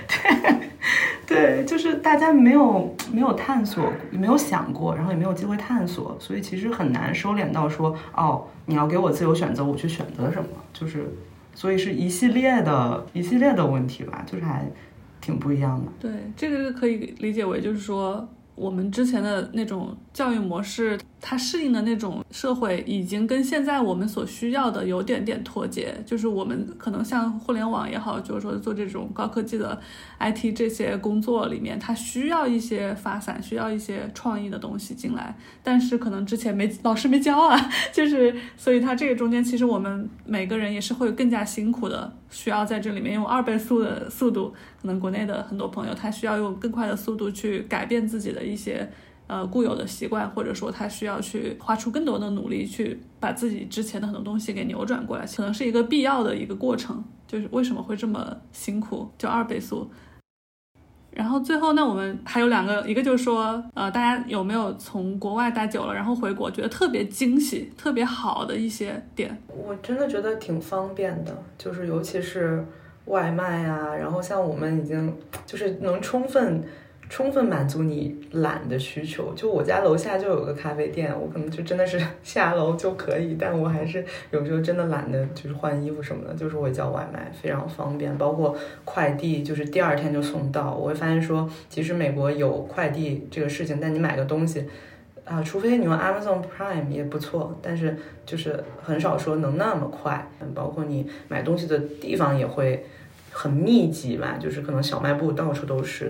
Speaker 2: 对，就是大家没有探索，没有想过，然后也没有机会探索，所以其实很难收敛到说你要给我自由选择，我去选择什么，就是所以是一系列的问题吧，就是还挺不一样的。
Speaker 1: 对，这个可以理解为就是说我们之前的那种教育模式他适应的那种社会已经跟现在我们所需要的有点点脱节，就是我们可能像互联网也好，就是说做这种高科技的 IT 这些工作里面，它需要一些发散，需要一些创意的东西进来，但是可能之前老师没教啊，就是所以它这个中间其实我们每个人也是会更加辛苦的，需要在这里面用2倍速的速度，可能国内的很多朋友他需要用更快的速度去改变自己的一些固有的习惯，或者说他需要去花出更多的努力去把自己之前的很多东西给扭转过来，可能是一个必要的一个过程，就是为什么会这么辛苦，就2倍速。然后最后呢，我们还有2个，一个就是说大家有没有从国外待久了然后回国觉得特别惊喜特别好的一些点？
Speaker 2: 我真的觉得挺方便的，就是尤其是外卖啊，然后像我们已经就是能充分满足你懒的需求，就我家楼下就有个咖啡店，我可能就真的是下楼就可以，但我还是有时候真的懒得就是换衣服什么的，就是我叫外卖非常方便，包括快递就是第2天就送到。我会发现说其实美国有快递这个事情，但你买个东西除非你用 Amazon Prime 也不错，但是就是很少说能那么快，包括你买东西的地方也会很密集吧，就是可能小卖部到处都是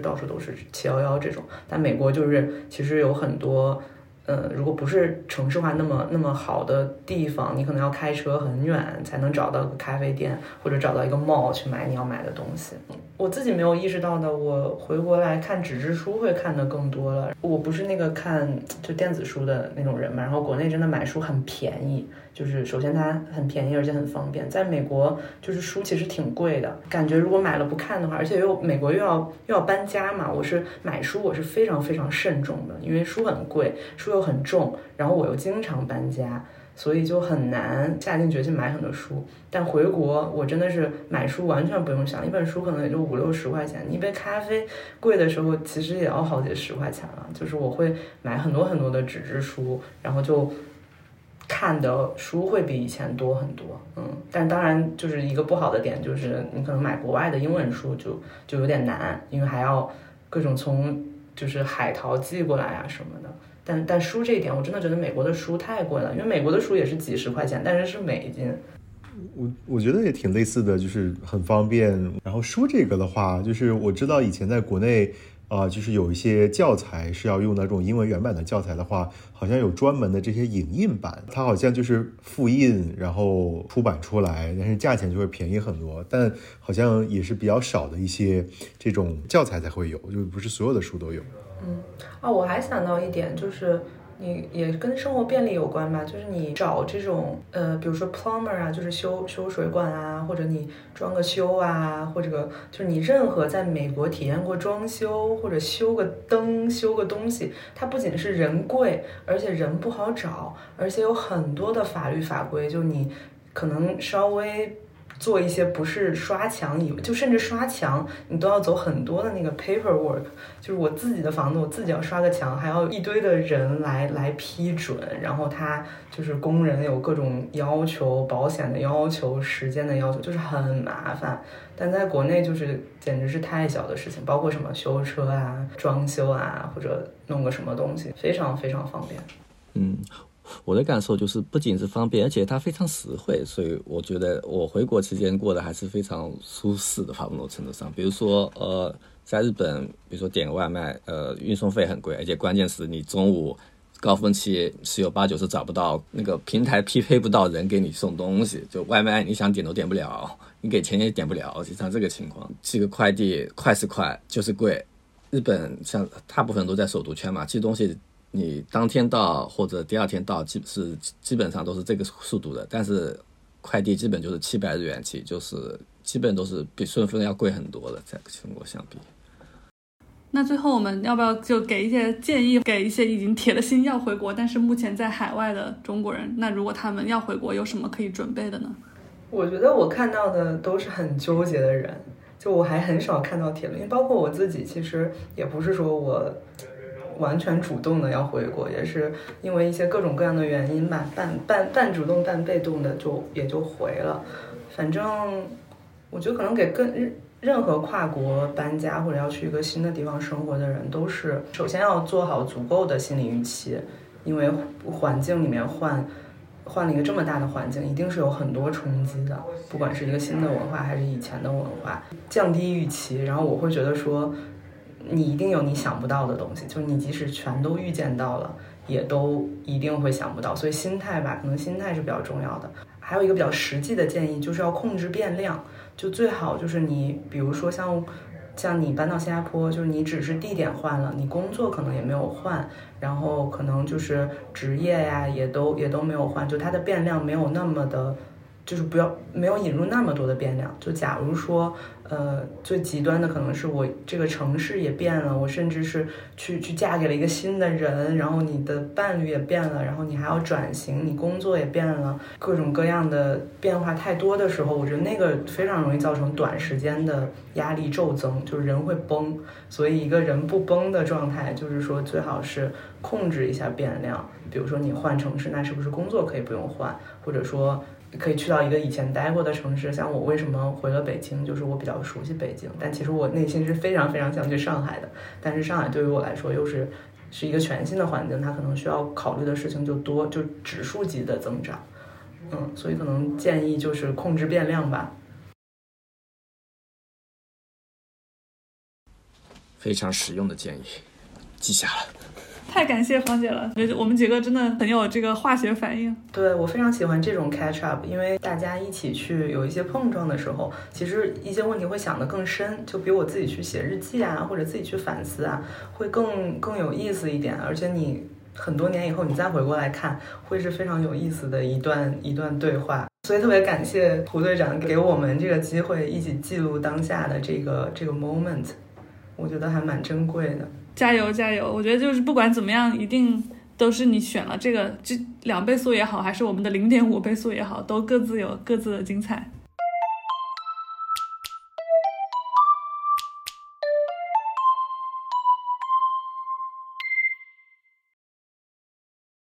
Speaker 2: 711这种，但美国就是其实有很多如果不是城市化那么好的地方，你可能要开车很远才能找到个咖啡店或者找到一个 mall 去买你要买的东西。我自己没有意识到的，我回国来看纸质书会看得更多了。我不是那个看就电子书的那种人嘛，然后国内真的买书很便宜，就是首先它很便宜而且很方便。在美国就是书其实挺贵的，感觉如果买了不看的话，而且美国又要搬家嘛，我是买书我是非常非常慎重的，因为书很贵，书又很重，然后我又经常搬家，所以就很难下定决心买很多书。但回国我真的是买书完全不用想，一本书可能也就50-60块钱，一杯咖啡贵的时候其实也要好几十块钱了。就是我会买很多很多的纸质书，然后就看的书会比以前多很多。但当然就是一个不好的点就是你可能买国外的英文书就有点难，因为还要各种从就是海淘寄过来啊什么的。但书这一点我真的觉得美国的书太贵了，因为美国的书也是几十块钱，但是是美金。
Speaker 3: 我觉得也挺类似的，就是很方便。然后书这个的话，就是我知道以前在国内就是有一些教材是要用那种英文原版的教材的话，好像有专门的这些影印版，它好像就是复印然后出版出来，但是价钱就会便宜很多，但好像也是比较少的一些这种教材才会有，就不是所有的书都有。
Speaker 2: 我还想到一点，就是你也跟生活便利有关吧，就是你找这种比如说 plumber 啊，就是修水管啊，或者你装个修啊，或者就是你任何在美国体验过装修或者修个灯修个东西，它不仅是人贵，而且人不好找，而且有很多的法律法规，就你可能稍微做一些不是刷墙就甚至刷墙你都要走很多的那个 paperwork， 就是我自己的房子我自己要刷个墙，还要一堆的人来批准，然后他就是工人有各种要求，保险的要求，时间的要求，就是很麻烦。但在国内就是简直是太小的事情，包括什么修车啊、装修啊，或者弄个什么东西，非常非常方便。
Speaker 4: 我的感受就是不仅是方便，而且它非常实惠，所以我觉得我回国期间过得还是非常舒适的，某种程度上。比如说在日本比如说点个外卖运送费很贵，而且关键是你中午高峰期10有8-9是找不到那个平台匹配不到人给你送东西，就外卖你想点都点不了，你给钱也点不了，就像这个情况。寄个快递快是快就是贵，日本像大部分都在首都圈嘛，寄东西你当天到或者第2天到基本上都是这个速度的，但是快递基本就是700日元起，就是基本都是比顺丰要贵很多的，在中国相比。
Speaker 1: 那最后我们要不要就给一些建议，给一些已经铁了心要回国但是目前在海外的中国人，那如果他们要回国有什么可以准备的呢？
Speaker 2: 我觉得我看到的都是很纠结的人，就我还很少看到铁了，因为包括我自己其实也不是说我完全主动的要回国，也是因为一些各种各样的原因吧，半主动半被动的也就回了。反正我觉得可能给任何跨国搬家或者要去一个新的地方生活的人，都是首先要做好足够的心理预期， 因为环境里面换了一个这么大的环境，一定是有很多冲击的，不管是一个新的文化还是以前的文化，降低预期。然后我会觉得说，你一定有你想不到的东西，就是你即使全都预见到了，也都一定会想不到。所以心态吧，可能心态是比较重要的。还有一个比较实际的建议，就是要控制变量，就最好就是你比如说像你搬到新加坡，就是你只是地点换了，你工作可能也没有换，然后可能就是职业呀也都没有换，就它的变量没有那么的，就是没有引入那么多的变量。就假如说最极端的可能是我这个城市也变了，我甚至是去嫁给了一个新的人，然后你的伴侣也变了，然后你还要转型，你工作也变了，各种各样的变化太多的时候，我觉得那个非常容易造成短时间的压力骤增，就是人会崩。所以一个人不崩的状态，就是说最好是控制一下变量。比如说你换城市，那是不是工作可以不用换，或者说可以去到一个以前待过的城市。像我为什么回了北京，就是我比较熟悉北京，但其实我内心是非常非常想去上海的，但是上海对于我来说又是一个全新的环境，它可能需要考虑的事情就多，就指数级的增长。所以可能建议就是控制变量吧。
Speaker 4: 非常实用的建议，记下了。
Speaker 1: 太感谢黄姐了，我们几个真的很有这个化学反应。
Speaker 2: 对，我非常喜欢这种 catch up， 因为大家一起去有一些碰撞的时候，其实一些问题会想得更深，就比我自己去写日记啊，或者自己去反思啊，会更有意思一点。而且你很多年以后你再回过来看，会是非常有意思的一段对话。所以特别感谢胡队长给我们这个机会，一起记录当下的这个 moment， 我觉得还蛮珍贵的。
Speaker 1: 加油加油！我觉得就是不管怎么样，一定都是你选了这2倍速也好，还是我们的0.5倍速也好，都各自有各自的精彩。